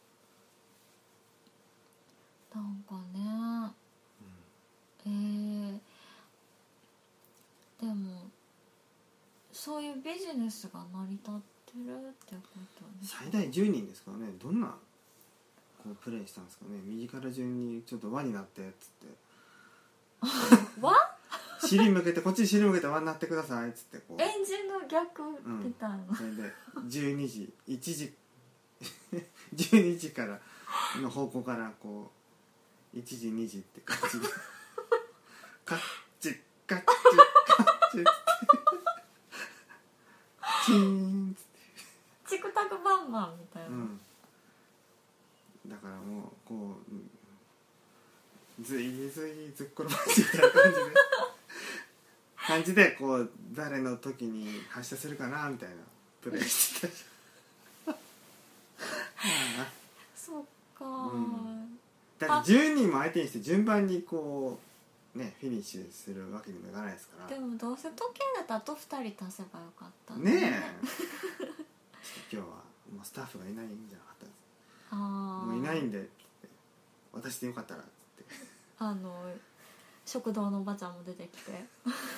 なんかね、うん、えー、でもそういうビジネスが成り立ってるってことですか。 最大じゅうにんですからね。どんなこうプレイしたんですかね。右から順にちょっと輪になってっつって輪尻向けてこっちに尻向けて輪になってくださいっつってこうエンジンの逆みたいな、 うん、それでじゅうにじいちじじゅうにじからの方向からこういちじにじって感じでカッチカッチカッチってチーンっつってチクタクバンバンみたいな、うん、 だからもうこうずいずいずっころばしみたいな感じで感じでこう誰の時に発射するかなみたいなプレイしてたそっか、 うん、 だってじゅうにんも相手にして順番にこうねフィニッシュするわけにもいかないですから。 でもどうせ時計だったらあとふたり足せばよかったねえちょっと今日はもうスタッフがいないんじゃなかったです。 あもういないんで私でよかったらってあの食堂のおばちゃんも出てきて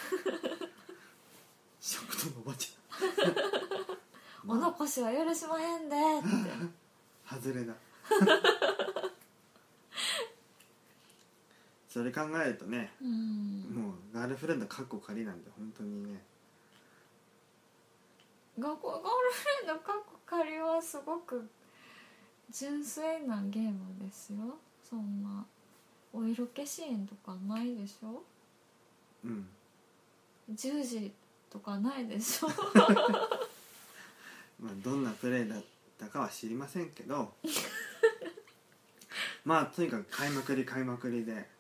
食堂のおばちゃんお残しは許しまへんでって外れだそれ考えるとね、 うんもうガールフレンドカッコ仮なんで本当にねガガールフレンドカッコ仮はすごく純粋なゲームですよ。そんなお色気シーンとかないでしょ。 うん十時とかないでしょまあどんなプレーだったかは知りませんけどまあとにかく買いまくり買いまくりで鮫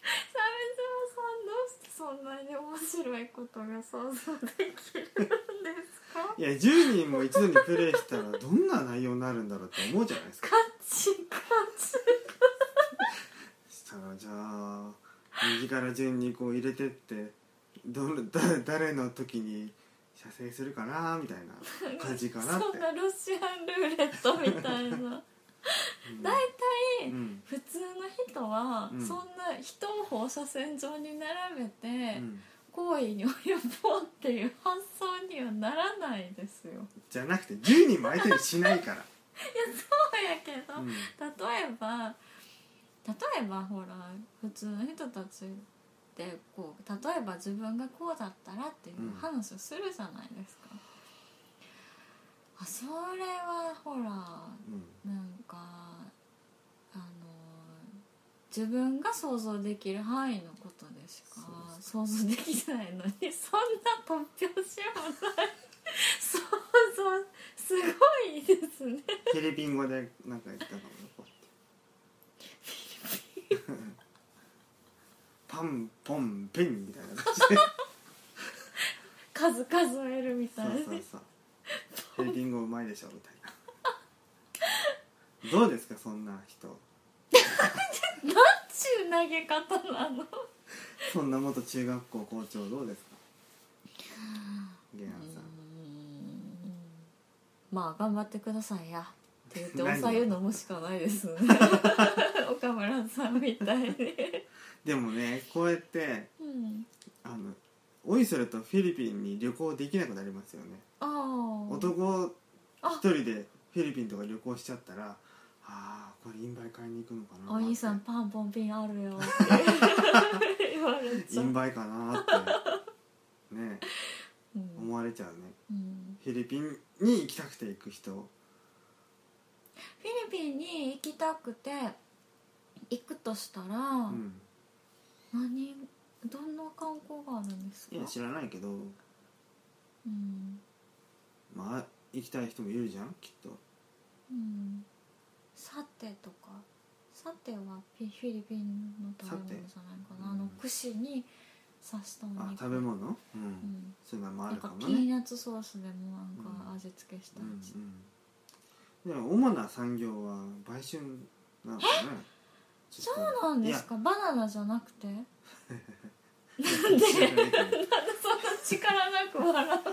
島さんどうしてそんなに面白いことが想像できるんですか。 いやじゅうにんも一度にプレイしたらどんな内容になるんだろうって思うじゃないですか。 カチカチしたらじゃあ右から順にこう入れてってどだ誰の時に射精するかなみたいな感じかなってそんなロシアンルーレットみたいな大体、 うん、 普通の人は、 うん、 そんな人を放射線状に並べて、 うん、 行為に及ぼうっていう発想にはならないですよ。 じゃなくてじゅうにんも相手にしないからいやそうやけど、 うん、 例えば例えばほら普通の人たちでこう例えば自分がこうだったらっていう話をするじゃないですか、うん、あそれはほら、うん、なんかあの自分が想像できる範囲のことでしか想像できないのにそんな突拍子もない想像すごいですね。 フィリピン語で何か言ったかも残ってパンポンペンみたいな感じで数数えるみたいな。 そうそうそうフィリピン語うまいでしょみたいなどうですかそんな人なんちゅう投げ方なのそんな元中学校校長どうですかゲンさん。 まあ頑張ってくださいやって言って抑えるのもしかないですね岡村さんみたいにでもねこうやって、 うん、 あのおいそれとフィリピンに旅行できなくなりますよね。 あ男一人でフィリピンとか旅行しちゃったらああこれインバイ買いに行くのかなお兄さんパンポンピンあるよって言われちゃうインバイかなってね、うん、思われちゃうね、うん、フィリピンに行きたくて行く人、フィリピンに行きたくて行くとしたら、うん、何どんな観光があるんですか。 いや知らないけど、うん、まあ行きたい人もいるじゃんきっと、 うん、サテとかサテはフィリピンの食べ物じゃないかな、うん、あの串に刺したお肉、 あ食べ物、うんうん、そういうのもあるかもね。 なんかピーナッツソースでもなんか味付けしたやつ、うんうん、でも主な産業は売春なのかね。 そうなんですか。バナナじゃなくてなんでなんでそんな力なく笑うの分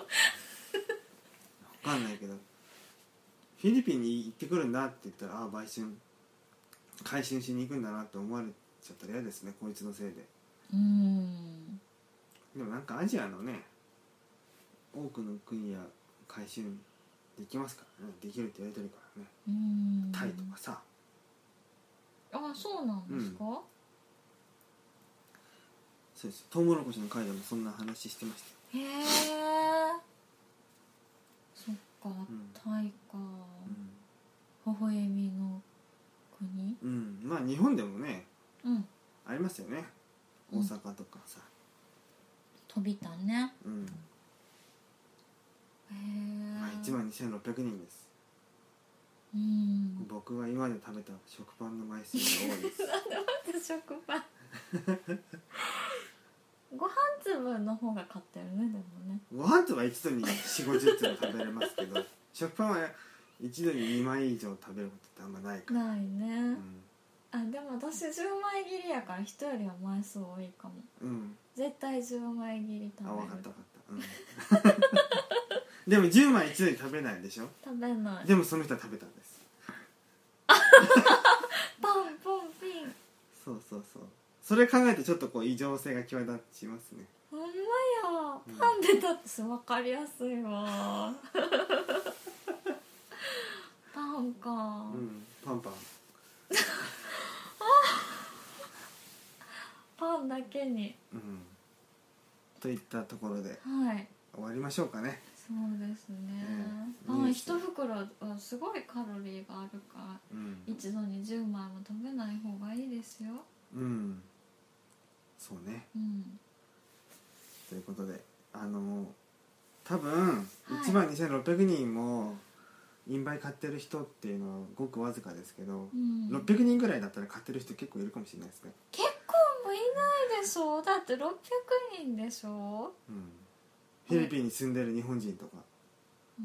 かんないけどフィリピンに行ってくるんだって言ったらああ売春回春しに行くんだなって思われちゃったら嫌ですねこいつのせいで。うーんでもなんかアジアのね多くの国や回春できますからね。できるって言われてるからね。うーんタイとかさ。 あそうなんですか、うん、 そうです。トウモロコシの回でもそんな話してました。へえそっか、うん、タイか、うん、微笑みの国。 うんまあ日本でもね、うん、ありますよね大阪とかさ、 飛びたね。うんへえ、まあ、いちまんにせんろっぴゃくにんです。うん、僕は今まで食べた食パンの枚数が多いです。 なんでまた食パンご飯粒の方が買ってるね。でもねご飯粒は一度によんじゅうごじゅう粒食べれますけど食パンは一度ににまい以上食べることってあんまないから。 ないね、うん、 あでも私じゅうまい切りやから人よりは枚数多いかも。 うん絶対じゅうまい切り食べる。 あ分かった分かった、うん、でもじゅうまい一度に食べないでしょ。 食べない。 でもその人は食べたんです。 パンポンピン。 そうそうそう、それ考えてちょっとこう異常性が際立ちますね。 ほんまや、パンでだって分かりやすいわパンか、 うん、パンパンパンだけに、 うん、といったところではい終わりましょうかね。 そうですね、 えーパン一袋はすごいカロリーがあるから、 うん、 一度にじゅうまいも食べない方がいいですよ。 うんそうね、 うん、 ということであの多分はいいちまんにせんろっぴゃくにんもインバイ買ってる人っていうのはごくわずかですけど、 うん、 ろっぴゃくにんぐらいだったら買ってる人結構いるかもしれないですね。 結構もいないでしょ。だってろっぴゃくにんでしょ、 うん、フィリピンに住んでる日本人とか、 うん、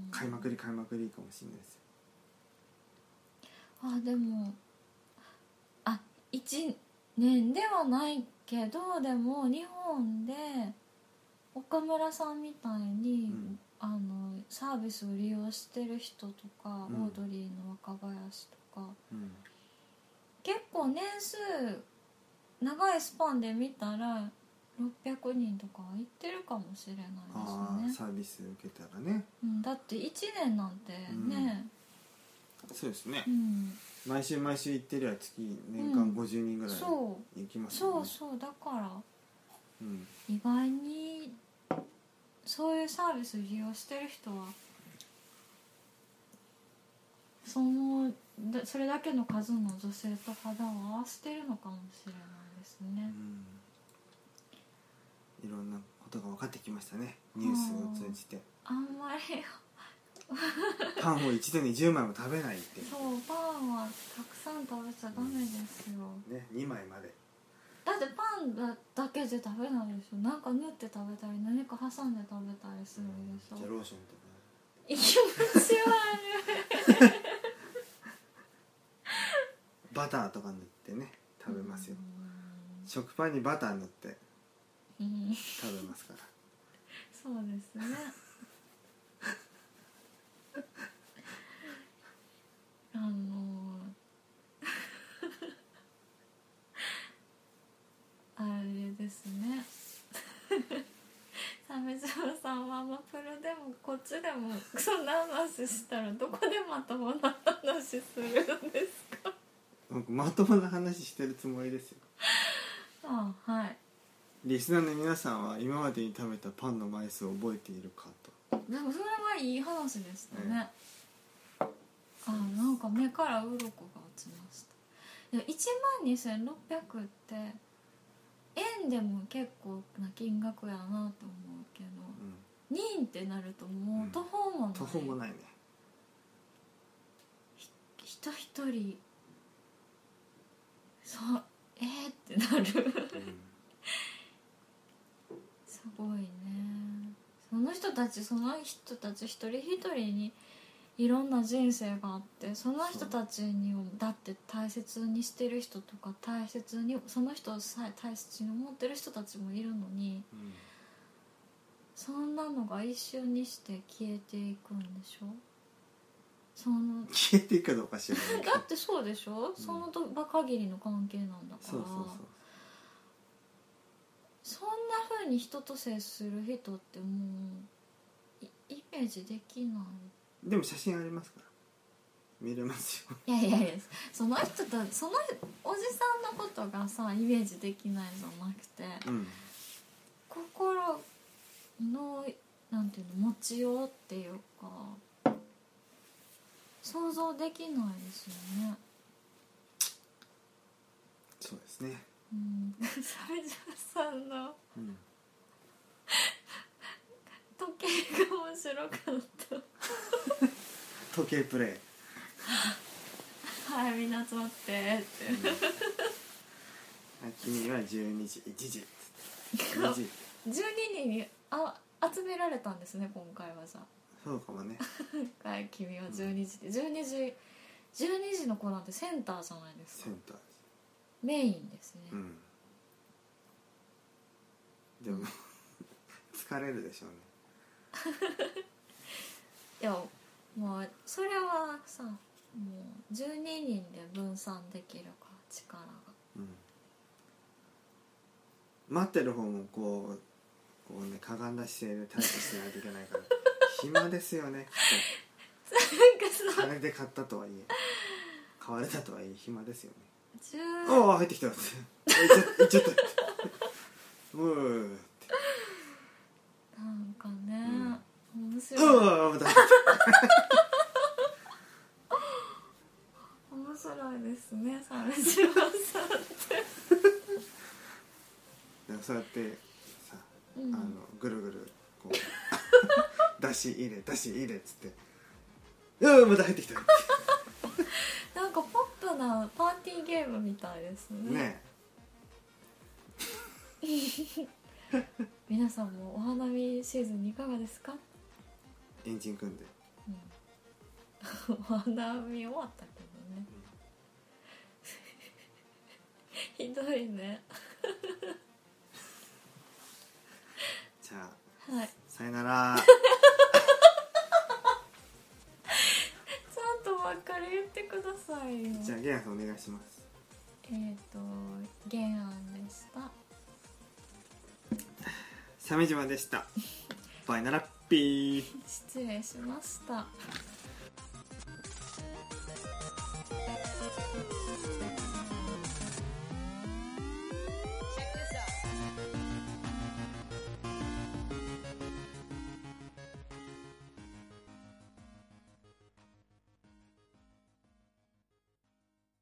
買いまくり買いまくりかもしれないですよ。 あでもあいちねんではないけど、でも日本で岡村さんみたいに、うん、あのサービスを利用してる人とか、うん、オードリーの若林とか、うん、結構年数長いスパンで見たらろっぴゃくにんとかはいってるかもしれないですね。 あサービス受けたらね、 うん、だっていちねんなんてね、 うん、そうですね、 うん、 毎週毎週行ってりゃ月年間ごじゅうにんぐらい行きますよね、 うん、そうそうそうだから、 うん、 意外にそういうサービスを利用してる人はそのそれだけの数の女性と肌を合わせてるのかもしれないですね、 うん、いろんなことが分かってきましたね、ニュースを通じて。 あんまりパンを一度にじゅうまいも食べないって。 そう、パンはたくさん食べちゃダメですよ、 うん、ね、にまいまで。 だってパン だ, だけで食べないでしょ。なんか縫って食べたり何か挟んで食べたりするでしょ、うん、 じゃあローションとか気持ち悪いバターとか塗ってね食べますよ、食パンにバター塗って食べますからそうですねあのあれですね鮫島さんはアマプロでもこっちでもそんな話したらどこでまともな話するんですか？ 僕まともな話してるつもりですよ。 ああ、はい。 リスナーの皆さんは今までに食べたパンの枚数を覚えているかと。 でもそれはいい話でしたね、ね。ああ、なんか目から鱗が落ちました。いちまんにせんろっぴゃくって円でも結構な金額やなと思うけど、うん、人ってなるともう途方もない、うん、 途方もないね。 人一人そうえーってなる、うん、すごいね。その人たちその人たち一人一人にいろんな人生があって、その人たちにだって大切にしてる人とか大切にその人を大切に思ってる人たちもいるのに、うん、そんなのが一瞬にして消えていくんでしょ。その消えていくかどうか知らないけどだってそうでしょ、うん、その場限りの関係なんだから。 そうそうそう。 そんな風に人と接する人ってもうイメージできない。 でも写真ありますから見れますよ。 いやいやいや、その人とそのおじさんのことがさイメージできないじゃなくて、うん、心のなんていうの持ちようっていうか想像できないですよね。 そうですね。 うん、鮫島さんの、うん、時計が面白かった時計プレイはい、みんな集まってって、うん、 君はじゅうにじいちじじゅうににんにあ集められたんですね今回は。じゃあそうかもねはい、君はじゅうにじで、うん、じゅうにじじゅうにじの子なんてセンターじゃないですか。 センターです。 メインですね、 うんでも、うん、疲れるでしょうね。 いやまあそれはさもうじゅうににんで分散できるから力が、 うん、待ってる方もこうこうねかがんだ姿勢で対処しないといけないから暇ですよねきっと。金で買ったとはいえ買われたとはいえ暇ですよね。ああ入ってきたって行っちゃったうーってなんかね、うん、面白い。 うわまた面白いですね鮫島さんってでもそうやってさ、 うん、 あのぐるぐるこう出し入れ出し入れっつってうわまた入ってきたなんかポップなパーティーゲームみたいですね。 ね皆さんもお花見シーズンいかがですか？ エンジン組んで、 うん、お花見終わったけどね、うん、ひどいねじゃあ、 はい、 さよならちゃんとばっかり言ってくださいよ。 じゃあゲンさんお願いします。 えっ、ー、と原案でした。 鮫島でしたバイナラッピー。 失礼しました。